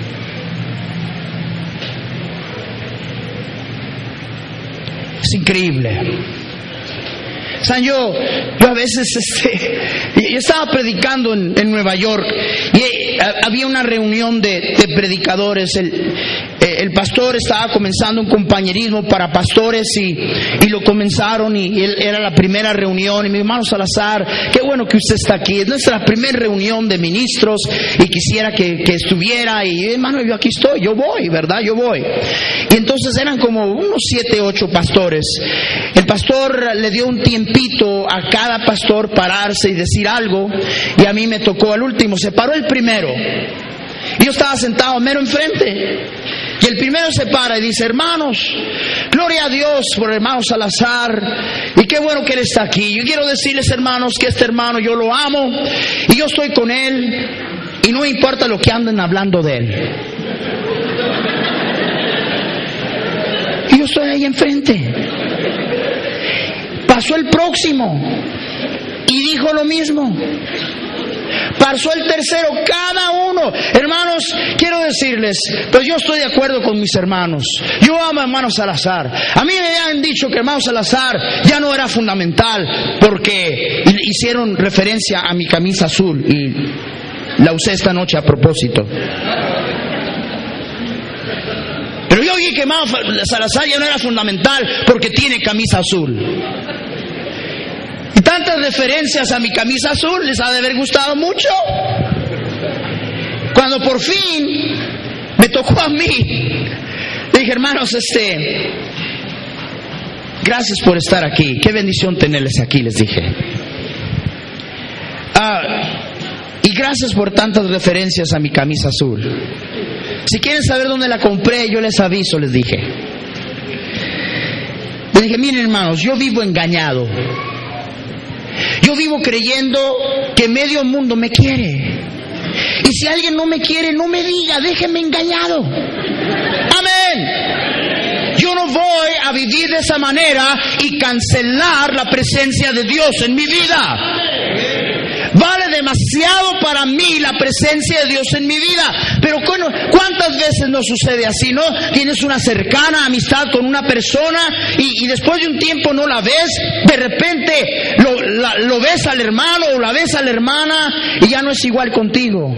S1: Es increíble. ¿Saben? Yo a veces yo estaba predicando en Nueva York y había una reunión de predicadores. el pastor estaba comenzando un compañerismo para pastores y lo comenzaron y era la primera reunión. Y mi hermano Salazar, qué bueno que usted está aquí, es nuestra primera reunión de ministros y quisiera que estuviera. Y hermano, yo aquí estoy, yo voy, ¿verdad? Yo voy. Y entonces eran como unos 7, 8 pastores. El pastor le dio un tiempito a cada pastor pararse y decir algo, y a mí me tocó al último. Se paró el primero y yo estaba sentado mero enfrente, y el primero se para y dice: hermanos, gloria a Dios por el hermano Salazar, y qué bueno que él está aquí. Yo quiero decirles, hermanos, que este hermano yo lo amo y yo estoy con él, y no me importa lo que anden hablando de él. Y yo estoy ahí enfrente. Pasó el próximo y dijo lo mismo. Pasó el tercero, cada uno. Hermanos, quiero decirles, pues yo estoy de acuerdo con mis hermanos. Yo amo a hermano Salazar. A mí me han dicho que hermano Salazar ya no era fundamental porque hicieron referencia a mi camisa azul y la usé esta noche a propósito. Pero yo oí que hermano Salazar ya no era fundamental porque tiene camisa azul. Y tantas referencias a mi camisa azul les ha de haber gustado mucho. Cuando por fin me tocó a mí, le dije: hermanos, gracias por estar aquí. Qué bendición tenerles aquí, les dije. Y gracias por tantas referencias a mi camisa azul. Si quieren saber dónde la compré, yo les aviso, les dije. Les dije: miren, hermanos, yo vivo engañado. Yo vivo creyendo que medio mundo me quiere. Y si alguien no me quiere, no me diga, déjeme engañado. Amén. Yo no voy a vivir de esa manera y cancelar la presencia de Dios en mi vida. Vale demasiado para mí la presencia de Dios en mi vida. Pero ¿cuántas veces nos sucede así, no? Tienes una cercana amistad con una persona y después de un tiempo no la ves. De repente lo ves al hermano o la ves a la hermana y ya no es igual contigo.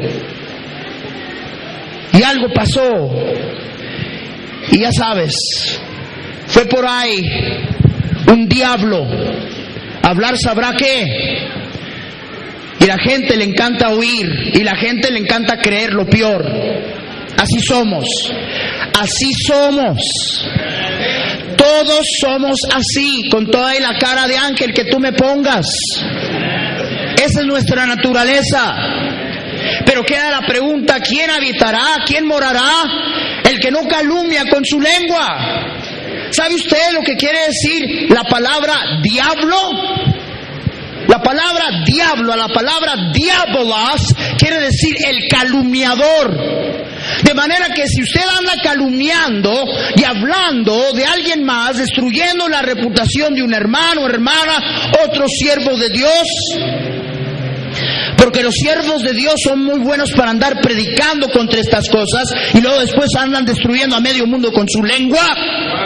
S1: Y algo pasó. Y ya sabes, fue por ahí un diablo. Hablar sabrá qué. Y la gente le encanta oír, y la gente le encanta creer lo peor. Así somos. Así somos. Todos somos así, con toda la cara de ángel que tú me pongas. Esa es nuestra naturaleza. Pero queda la pregunta: ¿quién habitará? ¿Quién morará? El que no calumnia con su lengua. ¿Sabe usted lo que quiere decir la palabra diablo? La palabra diablo, a la palabra diabolos, quiere decir el calumniador. De manera que si usted anda calumniando y hablando de alguien más, destruyendo la reputación de un hermano o hermana, otro siervo de Dios, porque los siervos de Dios son muy buenos para andar predicando contra estas cosas y luego después andan destruyendo a medio mundo con su lengua.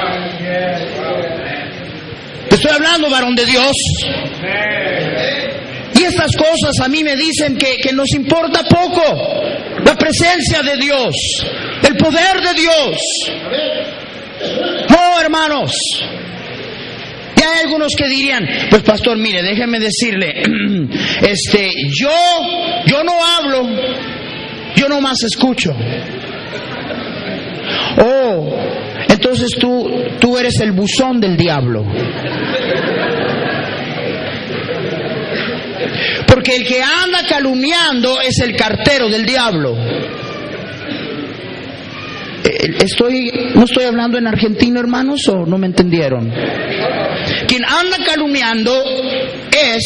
S1: Te estoy hablando, varón de Dios. Y estas cosas a mí me dicen que nos importa poco la presencia de Dios, el poder de Dios. No, hermanos. Y hay algunos que dirían: pues pastor, mire, déjeme decirle, yo no hablo, yo nomás escucho. Oh, entonces tú eres el buzón del diablo. Porque el que anda calumniando es el cartero del diablo. ¿No estoy hablando en argentino, hermanos, o no me entendieron? Quien anda calumniando es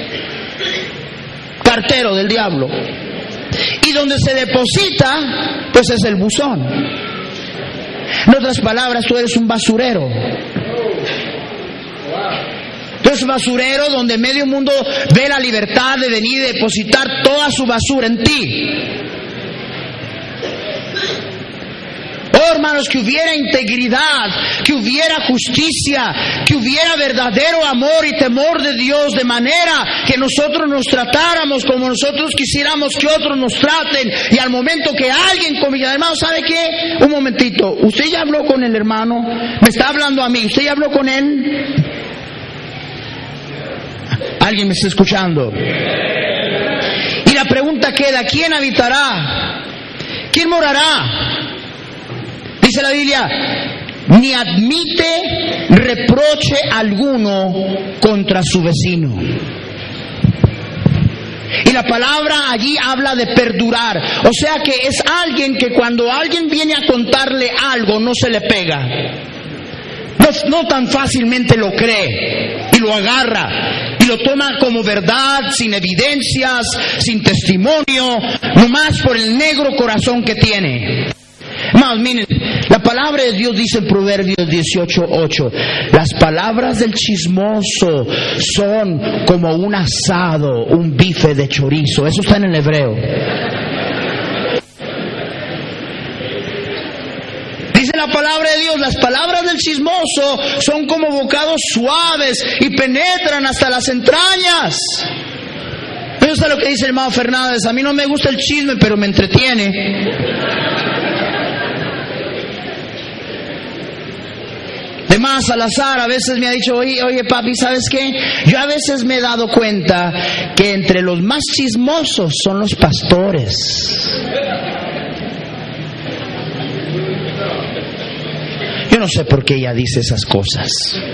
S1: cartero del diablo. Y donde se deposita, pues es el buzón. En otras palabras, tú eres un basurero. Tú eres un basurero donde medio mundo ve la libertad de venir y depositar toda su basura en ti. Oh, hermanos, que hubiera integridad, que hubiera justicia, que hubiera verdadero amor y temor de Dios, de manera que nosotros nos tratáramos como nosotros quisiéramos que otros nos traten. Y al momento que alguien conmigo, hermano, ¿sabe qué? Un momentito, ¿usted ya habló con el hermano? Me está hablando a mí, ¿usted ya habló con él? ¿Alguien me está escuchando? Y la pregunta queda, ¿quién habitará? ¿Quién morará? Dice la Biblia, ni admite reproche alguno contra su vecino. Y la palabra allí habla de perdurar. O sea que es alguien que cuando alguien viene a contarle algo no se le pega. No tan fácilmente lo cree y lo agarra y lo toma como verdad, sin evidencias, sin testimonio, nomás por el negro corazón que tiene. Más, miren, la palabra de Dios dice en Proverbios 18:8, las palabras del chismoso son como un asado, un bife de chorizo. Eso está en el hebreo. Dice la palabra de Dios, las palabras del chismoso son como bocados suaves y penetran hasta las entrañas. Eso es lo que dice el hermano Fernández. A mí no me gusta el chisme, pero me entretiene. Además, Salazar a veces me ha dicho, oye papi, ¿sabes qué? Yo a veces me he dado cuenta que entre los más chismosos son los pastores. Yo no sé por qué ella dice esas cosas.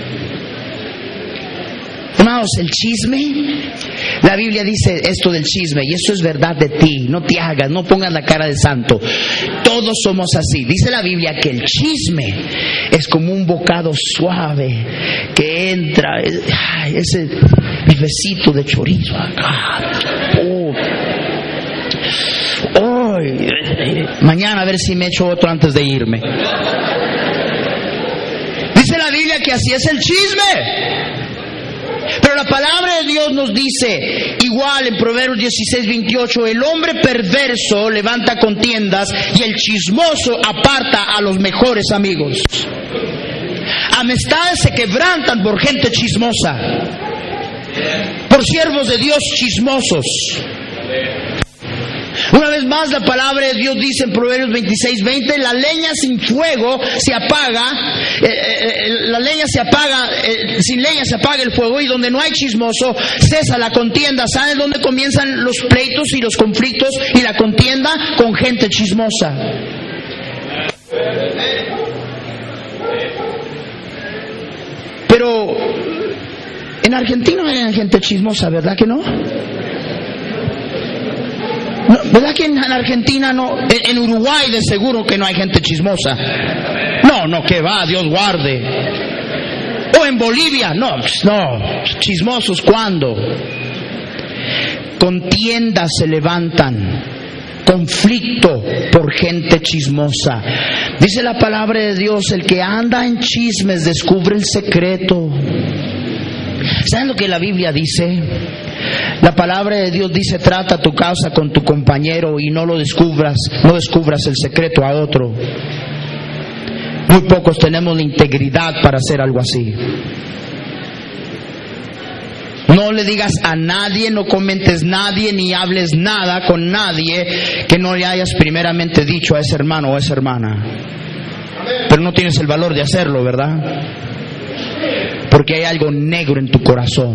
S1: Hermanos, el chisme, la Biblia dice esto del chisme, y eso es verdad de ti. No te hagas, no pongas la cara de santo. Todos somos así. Dice la Biblia que el chisme es como un bocado suave que entra, ese bifecito de chorizo acá. Mañana a ver si me echo otro antes de irme. Dice la Biblia que así es el chisme. Pero la palabra de Dios nos dice, igual en Proverbios 16:28, el hombre perverso levanta contiendas y el chismoso aparta a los mejores amigos. Amistades se quebrantan por gente chismosa, por siervos de Dios chismosos. Una vez más la palabra de Dios dice en Proverbios 26:20, la leña sin fuego se apaga, sin leña se apaga el fuego, y donde no hay chismoso cesa la contienda. ¿Saben dónde comienzan los pleitos y los conflictos y la contienda? Con gente chismosa. Pero en Argentina hay gente chismosa, ¿verdad que no? ¿Verdad que en Argentina no? En Uruguay de seguro que no hay gente chismosa. No, que va, Dios guarde. O en Bolivia, no, chismosos, ¿cuándo? Contiendas se levantan, conflicto por gente chismosa. Dice la palabra de Dios, el que anda en chismes descubre el secreto. ¿Saben lo que la Biblia dice? La palabra de Dios dice, trata tu causa con tu compañero y no descubras el secreto a otro. Muy pocos tenemos la integridad para hacer algo así. No le digas a nadie, no comentes nadie, ni hables nada con nadie que no le hayas primeramente dicho a ese hermano o a esa hermana. Pero no tienes el valor de hacerlo, ¿verdad? Porque hay algo negro en tu corazón.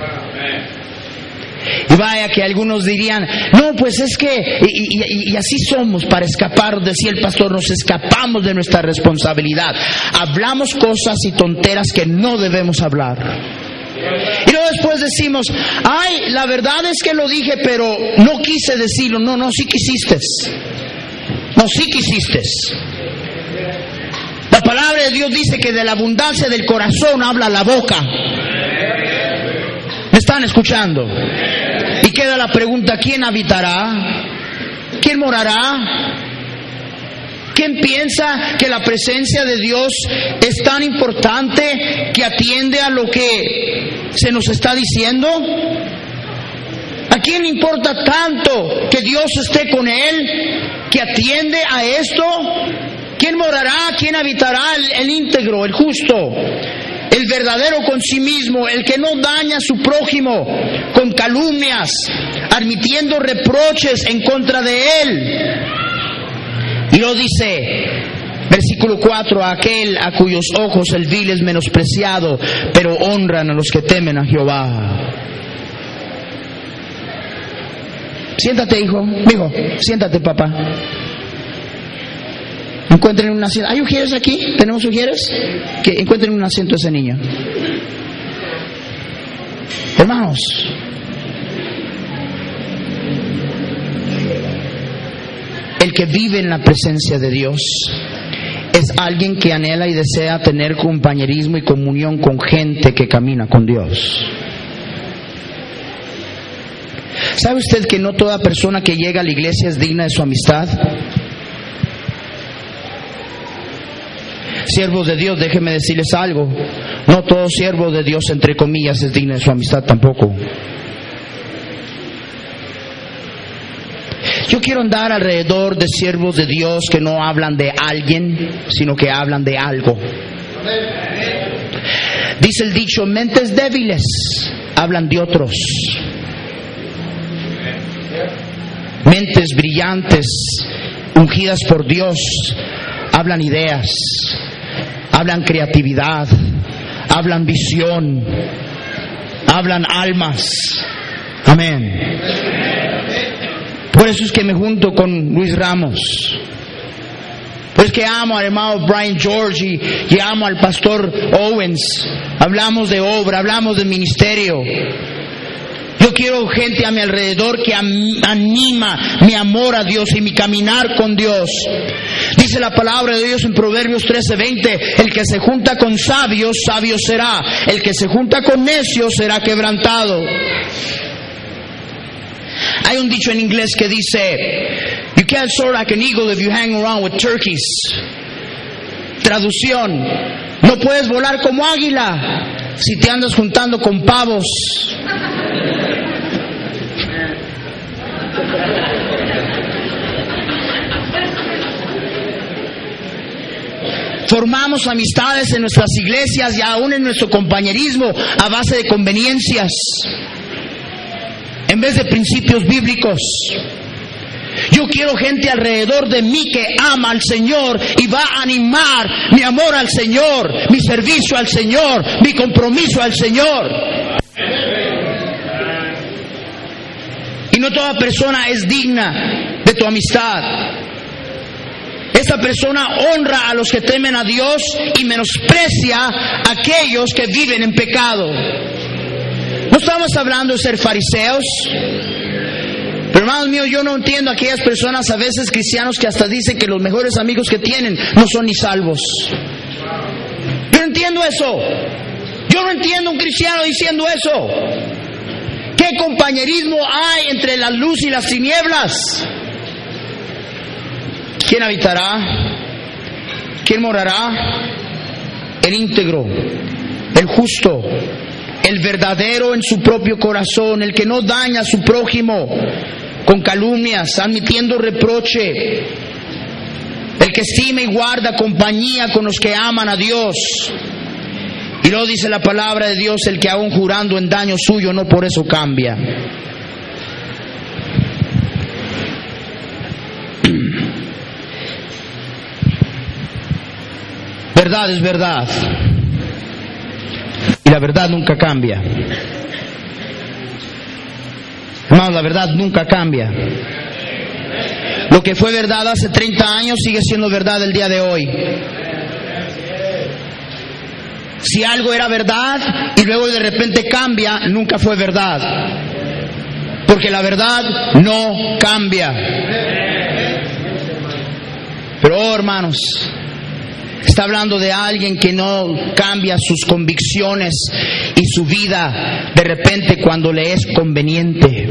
S1: Y vaya que algunos dirían, no, pues es que, y así somos para escapar, decía el pastor, nos escapamos de nuestra responsabilidad. Hablamos cosas y tonteras que no debemos hablar. Y luego después decimos, ay, la verdad es que lo dije, pero no quise decirlo. No, sí quisiste. No, sí quisiste. La palabra de Dios dice que de la abundancia del corazón habla la boca. ¿Me están escuchando? Y queda la pregunta, ¿quién habitará? ¿Quién morará? ¿Quién piensa que la presencia de Dios es tan importante que atiende a lo que se nos está diciendo? ¿A quién le importa tanto que Dios esté con él, que atiende a esto, ¿Quién morará? ¿Quién habitará? El íntegro, el justo, el verdadero con sí mismo, el que no daña a su prójimo con calumnias, admitiendo reproches en contra de él. Y lo dice, versículo 4, aquel a cuyos ojos el vil es menospreciado, pero honran a los que temen a Jehová. Siéntate, hijo. Mijo, siéntate, papá. Encuentren un asiento. ¿Hay ujieres aquí? ¿Tenemos ujieres? Que encuentren un asiento a ese niño. Hermanos, el que vive en la presencia de Dios es alguien que anhela y desea tener compañerismo y comunión con gente que camina con Dios. ¿Sabe usted que no toda persona que llega a la iglesia es digna de su amistad? Siervos de Dios, déjenme decirles algo. No todo siervo de Dios, entre comillas, es digno de su amistad tampoco. Yo quiero andar alrededor de siervos de Dios que no hablan de alguien, sino que hablan de algo. Dice el dicho, mentes débiles hablan de otros. Mentes brillantes, ungidas por Dios, hablan ideas, hablan creatividad, hablan visión, hablan almas. Amén. Por eso es que me junto con Luis Ramos. Pues que amo al hermano Brian George y amo al pastor Owens. Hablamos de obra, hablamos de ministerio. Yo quiero gente a mi alrededor que anima mi amor a Dios y mi caminar con Dios. Dice la palabra de Dios en Proverbios 13:20, el que se junta con sabios, sabio será. El que se junta con necios será quebrantado. Hay un dicho en inglés que dice, you can't soar like an eagle if you hang around with turkeys. Traducción, no puedes volar como águila si te andas juntando con pavos. Formamos amistades en nuestras iglesias y aún en nuestro compañerismo a base de conveniencias, en vez de principios bíblicos. Yo quiero gente alrededor de mí que ama al Señor y va a animar mi amor al Señor, mi servicio al Señor, mi compromiso al Señor. Y no toda persona es digna de tu amistad. Esta persona honra a los que temen a Dios y menosprecia a aquellos que viven en pecado. No estamos hablando de ser fariseos. Pero hermanos míos, yo no entiendo a aquellas personas, a veces cristianos, que hasta dicen que los mejores amigos que tienen no son ni salvos. Yo no entiendo eso. Yo no entiendo a un cristiano diciendo eso. ¿Qué compañerismo hay entre la luz y las tinieblas? ¿Quién habitará? ¿Quién morará? El íntegro, el justo, el verdadero en su propio corazón, el que no daña a su prójimo con calumnias, admitiendo reproche, el que estima y guarda compañía con los que aman a Dios. Y luego dice la palabra de Dios, el que aún jurando en daño suyo no por eso cambia. Verdad es verdad. Y la verdad nunca cambia. Hermanos, la verdad nunca cambia. Lo que fue verdad hace 30 años sigue siendo verdad el día de hoy. Si algo era verdad y luego de repente cambia, nunca fue verdad. Porque la verdad no cambia. Pero oh, hermanos, está hablando de alguien que no cambia sus convicciones y su vida de repente cuando le es conveniente.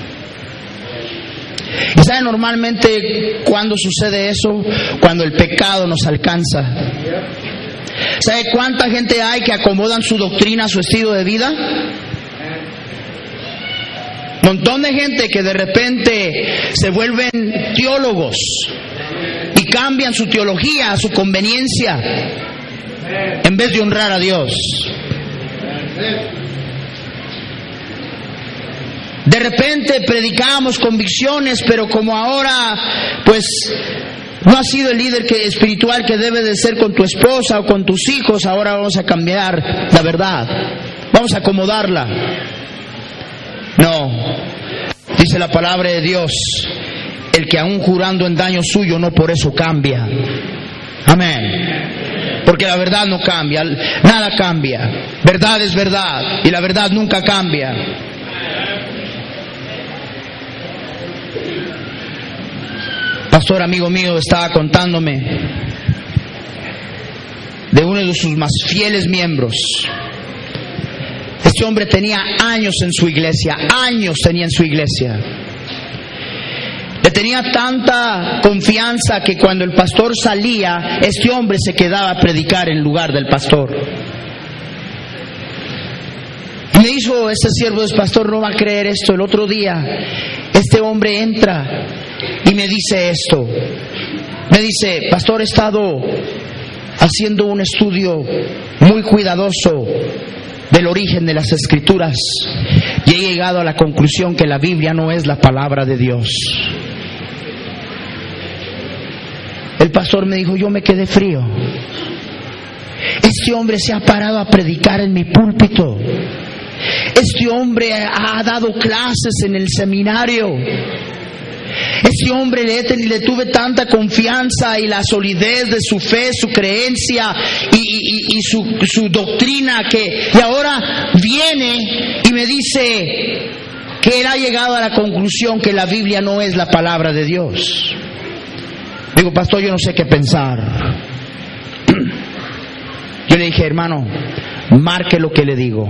S1: ¿Y sabe normalmente cuándo sucede eso? Cuando el pecado nos alcanza. ¿Sabe cuánta gente hay que acomodan su doctrina a su estilo de vida? Montón de gente que de repente se vuelven teólogos y cambian su teología a su conveniencia en vez de honrar a Dios. De repente predicamos convicciones, pero como ahora pues no has sido el líder espiritual que debe de ser con tu esposa o con tus hijos, ahora vamos a cambiar la verdad, vamos a acomodarla. No, dice la palabra de Dios, el que aún jurando en daño suyo no por eso cambia. Amén. Porque la verdad no cambia, nada cambia. Verdad es verdad y la verdad nunca cambia. Pastor amigo mío estaba contándome de uno de sus más fieles miembros. Este hombre tenía años en su iglesia, años tenía en su iglesia. Le tenía tanta confianza que cuando el pastor salía, este hombre se quedaba a predicar en lugar del pastor. Y me dijo este siervo del pastor, no va a creer esto, el otro día este hombre entra y me dice esto. Me dice, pastor, he estado haciendo un estudio muy cuidadoso del origen de las Escrituras y he llegado a la conclusión que la Biblia no es la palabra de Dios. El pastor me dijo, yo me quedé frío. Este hombre se ha parado a predicar en mi púlpito. Este hombre ha dado clases en el seminario. Este hombre le tuve tanta confianza y la solidez de su fe, su creencia y su doctrina y ahora viene y me dice que él ha llegado a la conclusión que la Biblia no es la palabra de Dios. Digo, pastor, yo no sé qué pensar. Yo le dije, hermano, marque lo que le digo.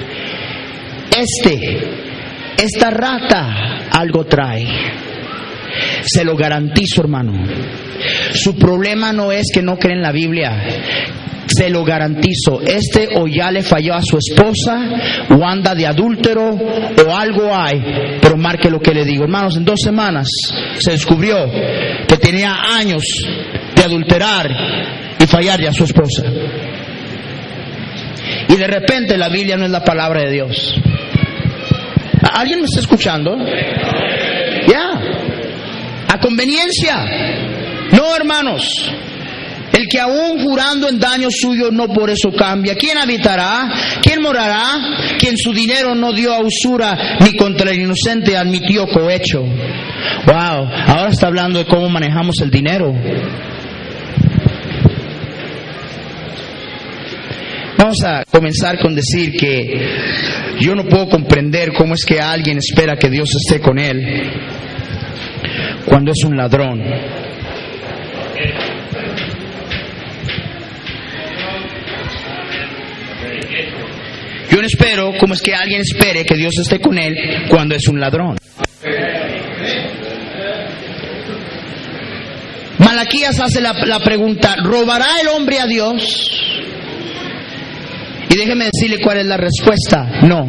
S1: Esta rata algo trae. Se lo garantizo, hermano. Su problema no es que no cree en la Biblia. Se lo garantizo. O ya le falló a su esposa, o anda de adúltero, o algo hay. Pero marque lo que le digo. Hermanos, en 2 semanas se descubrió que tenía años de adulterar y fallarle a su esposa. Y de repente la Biblia no es la palabra de Dios. ¿Alguien me está escuchando? Ya. A conveniencia. No, hermanos. El que aún jurando en daño suyo no por eso cambia. ¿Quién habitará? ¿Quién morará? Quien su dinero no dio a usura ni contra el inocente admitió cohecho. Wow. Ahora está hablando de cómo manejamos el dinero. Vamos a comenzar con decir que yo no puedo comprender cómo es que alguien espera que Dios esté con él cuando es un ladrón. Yo no espero cómo es que alguien espere que Dios esté con él cuando es un ladrón. Malaquías hace la pregunta, ¿robará el hombre a Dios? Y déjeme decirle cuál es la respuesta. No.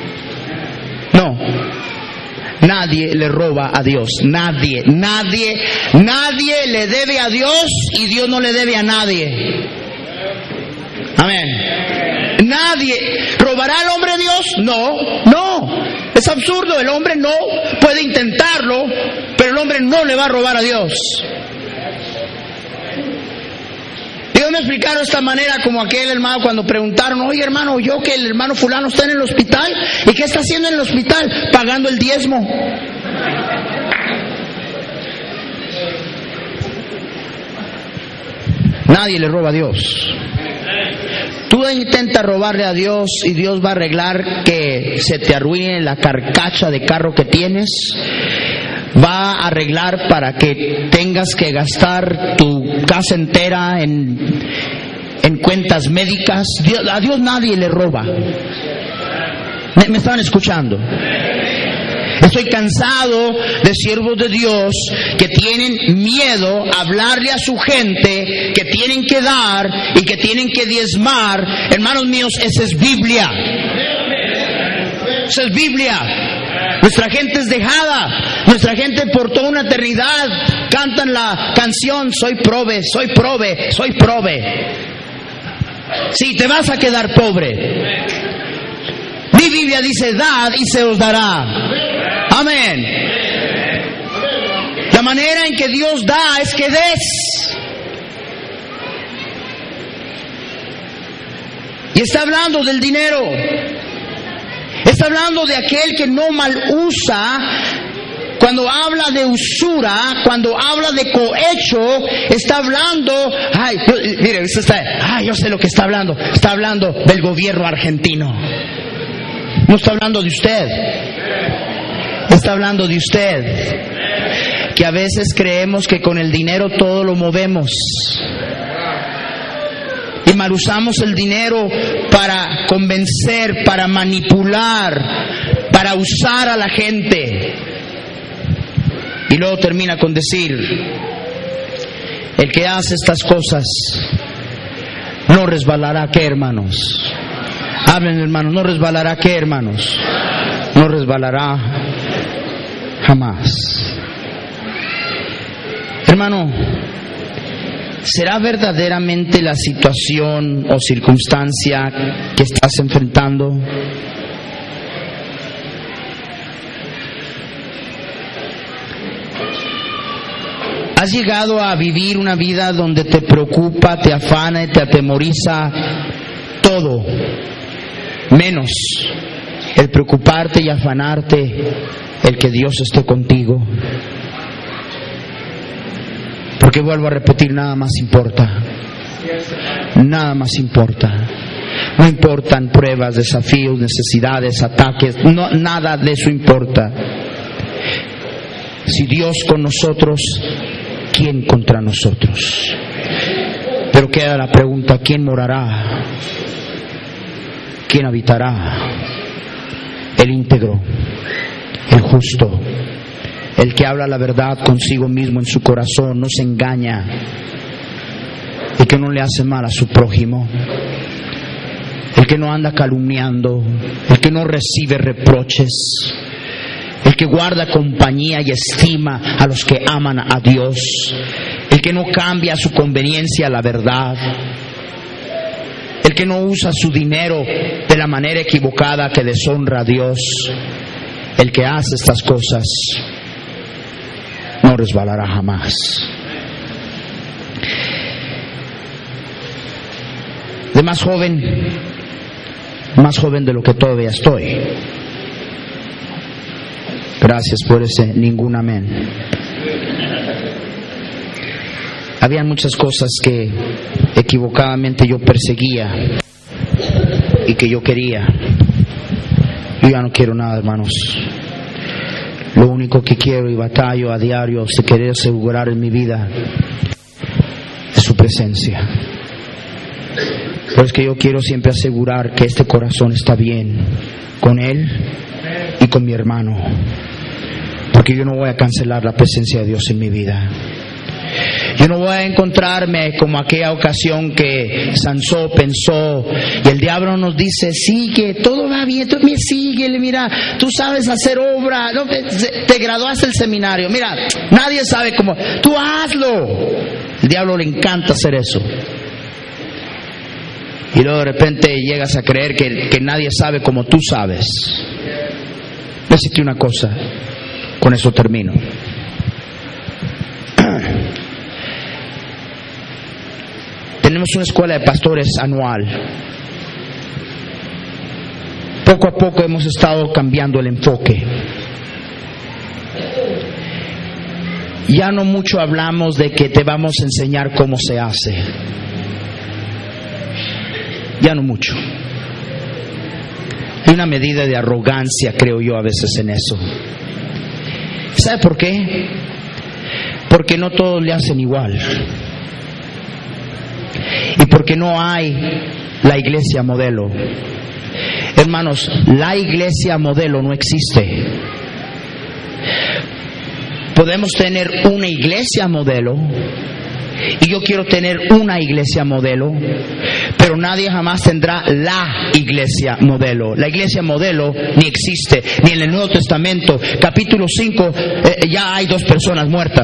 S1: Nadie le roba a Dios. Nadie le debe a Dios y Dios no le debe a nadie. Amén. Nadie. ¿Robará el hombre a Dios? No. Es absurdo. El hombre no puede intentarlo, pero el hombre no le va a robar a Dios. Dios me explicaron de esta manera como aquel hermano cuando preguntaron, oye hermano, yo que el hermano fulano está en el hospital, ¿y qué está haciendo en el hospital? Pagando el diezmo. Nadie le roba a Dios. Tú intentas robarle a Dios y Dios va a arreglar que se te arruine la carcacha de carro que tienes. Va a arreglar para que tengas que gastar tu casa entera en cuentas médicas. A Dios nadie le roba. ¿Me estaban escuchando? Estoy cansado de siervos de Dios que tienen miedo a hablarle a su gente, que tienen que dar y que tienen que diezmar. Hermanos míos, esa es Biblia. Esa es Biblia. Nuestra gente es dejada. Nuestra gente por toda una eternidad cantan la canción: soy prove, soy prove, soy prove. Sí, te vas a quedar pobre. Mi Biblia dice: dad y se os dará. Amén. La manera en que Dios da es que des. Y está hablando del dinero. Está hablando de aquel que no mal usa. Cuando habla de usura, cuando habla de cohecho, está hablando, yo sé lo que está hablando. Está hablando del gobierno argentino. No está hablando de usted. Está hablando de usted. Que a veces creemos que con el dinero todo lo movemos. Y mal usamos el dinero para convencer, para manipular, para usar a la gente. Y luego termina con decir: el que hace estas cosas no resbalará. ¿Qué, hermanos? Hablen, hermanos. ¿No resbalará qué, hermanos? No resbalará jamás. Hermano, ¿será verdaderamente la situación o circunstancia que estás enfrentando? ¿Has llegado a vivir una vida donde te preocupa, te afana y te atemoriza todo, menos el preocuparte y afanarte el que Dios esté contigo? Porque vuelvo a repetir, nada más importa. Nada más importa. No importan pruebas, desafíos, necesidades, ataques. No, nada de eso importa. Si Dios con nosotros, ¿quién contra nosotros? Pero queda la pregunta: ¿quién morará? ¿Quién habitará? El íntegro, el justo, el que habla la verdad consigo mismo en su corazón, no se engaña, el que no le hace mal a su prójimo, el que no anda calumniando, el que no recibe reproches, el que guarda compañía y estima a los que aman a Dios, el que no cambia a su conveniencia la verdad, el que no usa su dinero de la manera equivocada que deshonra a Dios. El que hace estas cosas no resbalará jamás. De más joven de lo que todavía estoy. Gracias por ese ningún amén. Habían muchas cosas que equivocadamente yo perseguía y que yo quería. Yo ya no quiero nada, hermanos. Lo único que quiero y batallo a diario, si querer asegurar en mi vida, es su presencia. Pero es que yo quiero siempre asegurar que este corazón está bien con Él y con mi hermano, porque yo no voy a cancelar la presencia de Dios en mi vida. Yo no voy a encontrarme como aquella ocasión que Sansón pensó y el diablo nos dice: sigue, todo va bien, tú síguele, mira, tú sabes hacer obra, no, te graduaste del seminario, mira, nadie sabe cómo, tú hazlo. El diablo le encanta hacer eso. Y luego de repente llegas a creer que nadie sabe como tú sabes. Decirte una cosa, con eso termino. Tenemos una escuela de pastores anual. Poco a poco hemos estado cambiando el enfoque. Ya no mucho hablamos de que te vamos a enseñar cómo se hace. Ya no mucho. Hay una medida de arrogancia, creo yo, a veces en eso. ¿Sabe por qué? Porque no todos le hacen igual. Y porque no hay la iglesia modelo. Hermanos, la iglesia modelo no existe. Podemos tener una iglesia modelo y yo quiero tener una iglesia modelo, pero nadie jamás tendrá la iglesia modelo. La iglesia modelo ni existe, ni en el Nuevo Testamento. Capítulo 5, ya hay 2 personas muertas.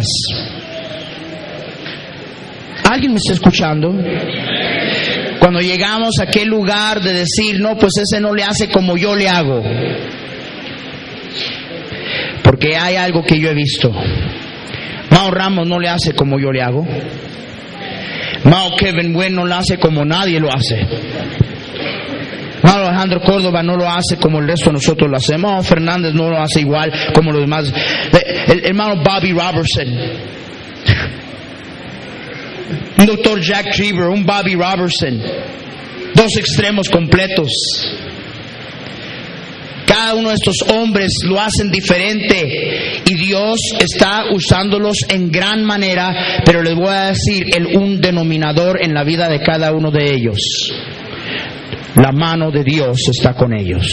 S1: ¿Alguien me está escuchando? Cuando llegamos a aquel lugar de decir, no, pues ese no le hace como yo le hago. Porque hay algo que yo he visto. Mao Ramos no le hace como yo le hago. Mao Kevin Wen no lo hace como nadie lo hace. Mao Alejandro Córdoba no lo hace como el resto de nosotros lo hacemos. Mao Fernández no lo hace igual como los demás. El hermano Bobby Robertson, un doctor Jack Trieber, un Bobby Robertson, 2 extremos completos. Cada uno de estos hombres lo hacen diferente y Dios está usándolos en gran manera, pero les voy a decir un denominador en la vida de cada uno de ellos. La mano de Dios está con ellos.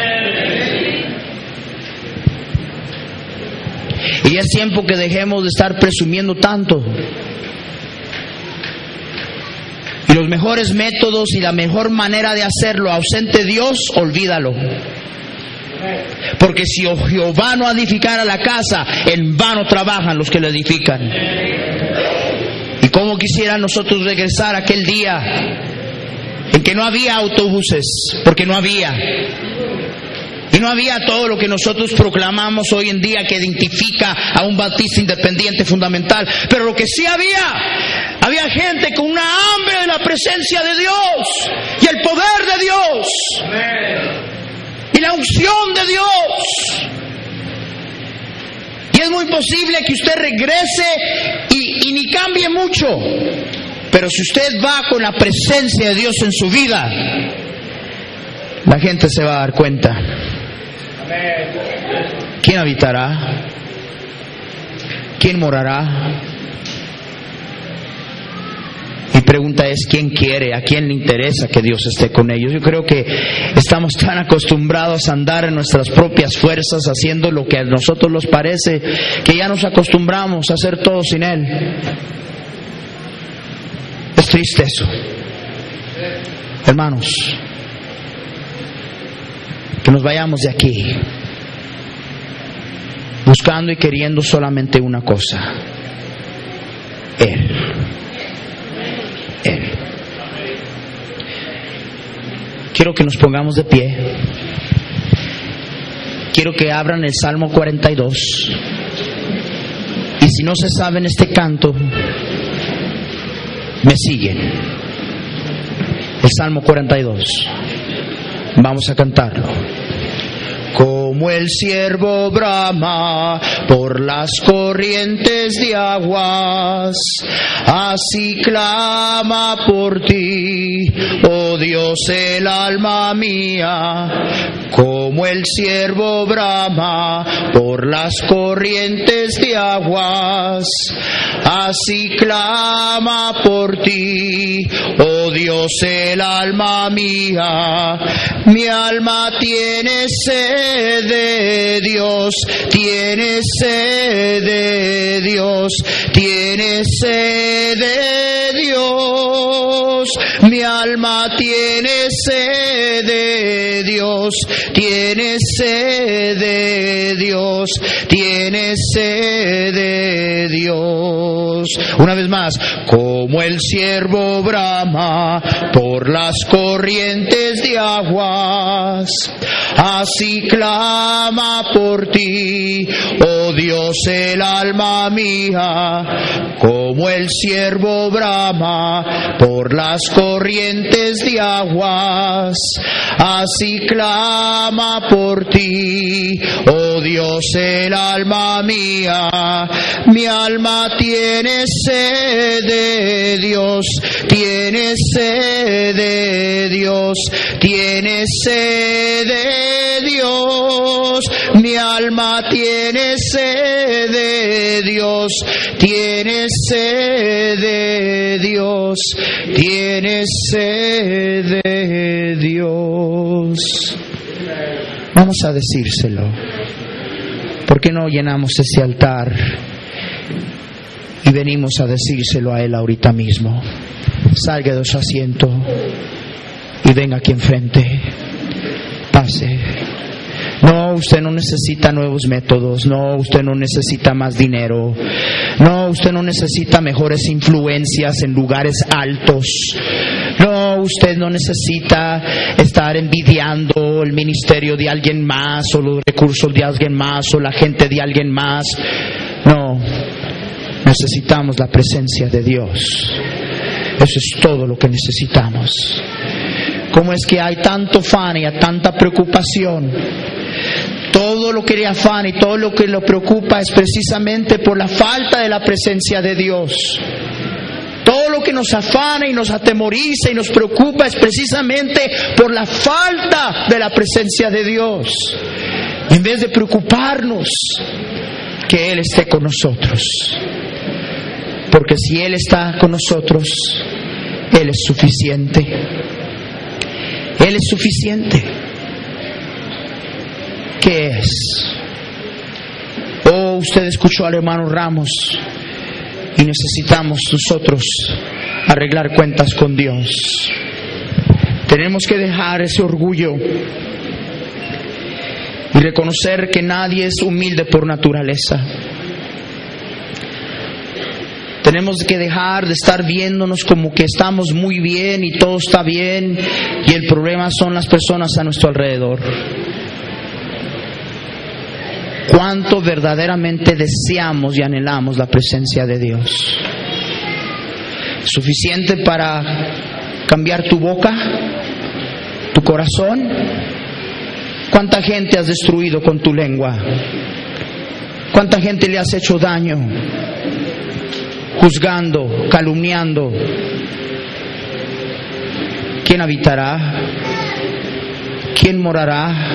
S1: Y es tiempo que dejemos de estar presumiendo tanto. Y los mejores métodos y la mejor manera de hacerlo, ausente Dios, olvídalo. Porque si Jehová no edificara la casa, en vano trabajan los que la edifican. Y cómo quisiera nosotros regresar a aquel día en que no había autobuses, porque no había. Y no había todo lo que nosotros proclamamos hoy en día que identifica a un bautista independiente fundamental. Pero lo que sí había gente con una hambre de la presencia de Dios y el poder de Dios. Y la unción de Dios. Y es muy posible que usted regrese y ni cambie mucho. Pero si usted va con la presencia de Dios en su vida, la gente se va a dar cuenta. ¿Quién habitará? ¿Quién morará? Mi pregunta es, ¿quién quiere? ¿A quién le interesa que Dios esté con ellos? Yo creo que estamos tan acostumbrados a andar en nuestras propias fuerzas, haciendo lo que a nosotros nos parece, que ya nos acostumbramos a hacer todo sin Él. Es triste eso. Hermanos, que nos vayamos de aquí buscando y queriendo solamente una cosa: Él. Quiero que nos pongamos de pie. Quiero que abran el Salmo 42. Y si no se saben este canto, me siguen. El Salmo 42. Vamos a cantarlo. Como el ciervo brama por las corrientes de aguas, así clama por ti, oh Dios, el alma mía. Como el ciervo brama por las corrientes de aguas, así clama por ti, oh Dios, el alma mía. Mi alma tiene sed de Dios, tiene sed de Dios, tiene sed de Dios. Mi alma tiene sed de Dios, tiene sed de Dios, tiene sed de Dios. Una vez más. Como el ciervo brama por las corrientes de aguas, así clama por ti, oh Dios, el alma mía. Como el ciervo brama por las corrientes de aguas, así clama por ti, oh Dios, el alma mía. Mi alma tiene sed de Dios, tiene sed de Dios, tiene sed de Dios. Mi alma tiene sed de Dios, tiene sed de Dios, tiene sed de Dios. Vamos a decírselo. ¿Por qué no llenamos ese altar y venimos a decírselo a Él ahorita mismo. Salga de su asiento y venga aquí enfrente. Pase. No, usted no necesita nuevos métodos. No, usted no necesita más dinero. No, usted no necesita mejores influencias en lugares altos. No, usted no necesita estar envidiando el ministerio de alguien más, o los recursos de alguien más, o la gente de alguien más. No, necesitamos la presencia de Dios. Eso es todo lo que necesitamos. ¿Cómo es que hay tanto afán y tanta preocupación? Todo lo que le afana y todo lo que lo preocupa es precisamente por la falta de la presencia de Dios. Todo lo que nos afana y nos atemoriza y nos preocupa es precisamente por la falta de la presencia de Dios. Y en vez de preocuparnos, que Él esté con nosotros. Porque si Él está con nosotros, Él es suficiente. Él es suficiente. ¿Qué es? Oh, usted escuchó al hermano Ramos, y necesitamos nosotros arreglar cuentas con Dios. Tenemos que dejar ese orgullo y reconocer que nadie es humilde por naturaleza. Tenemos que dejar de estar viéndonos como que estamos muy bien y todo está bien, y el problema son las personas a nuestro alrededor. ¿Cuánto verdaderamente deseamos y anhelamos la presencia de Dios? ¿Suficiente para cambiar tu boca, tu corazón? ¿Cuánta gente has destruido con tu lengua? ¿Cuánta gente le has hecho daño? Juzgando, calumniando. ¿Quién habitará? ¿Quién morará?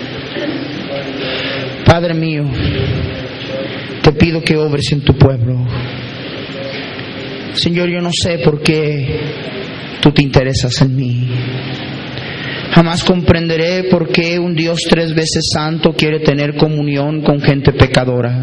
S1: Padre mío, te pido que obres en tu pueblo. Señor, yo no sé por qué tú te interesas en mí. Jamás comprenderé por qué un Dios 3 veces santo quiere tener comunión con gente pecadora.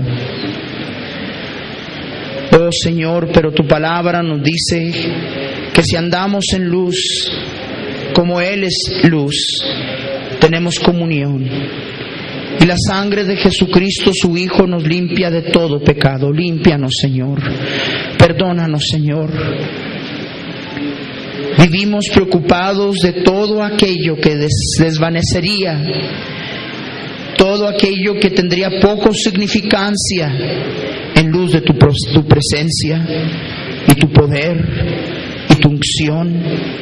S1: Oh Señor, pero tu palabra nos dice que si andamos en luz, como Él es luz, tenemos comunión. Y la sangre de Jesucristo, su Hijo, nos limpia de todo pecado. Límpianos, Señor. Perdónanos, Señor. Vivimos preocupados de todo aquello que desvanecería, todo aquello que tendría poco significancia en luz de tu presencia y tu poder y tu unción.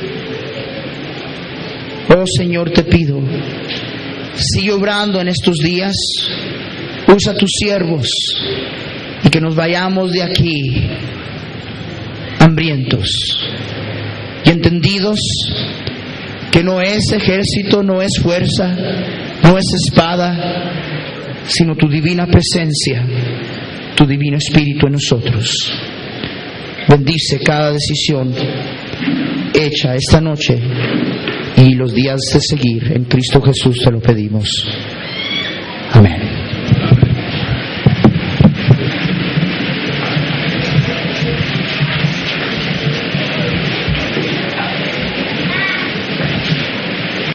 S1: Oh Señor, te pido, sigue obrando en estos días. Usa a tus siervos y que nos vayamos de aquí hambrientos y entendidos que no es ejército, no es fuerza, no es espada, sino tu divina presencia, tu divino Espíritu en nosotros. Bendice cada decisión hecha esta noche y los días de seguir. En Cristo Jesús te lo pedimos.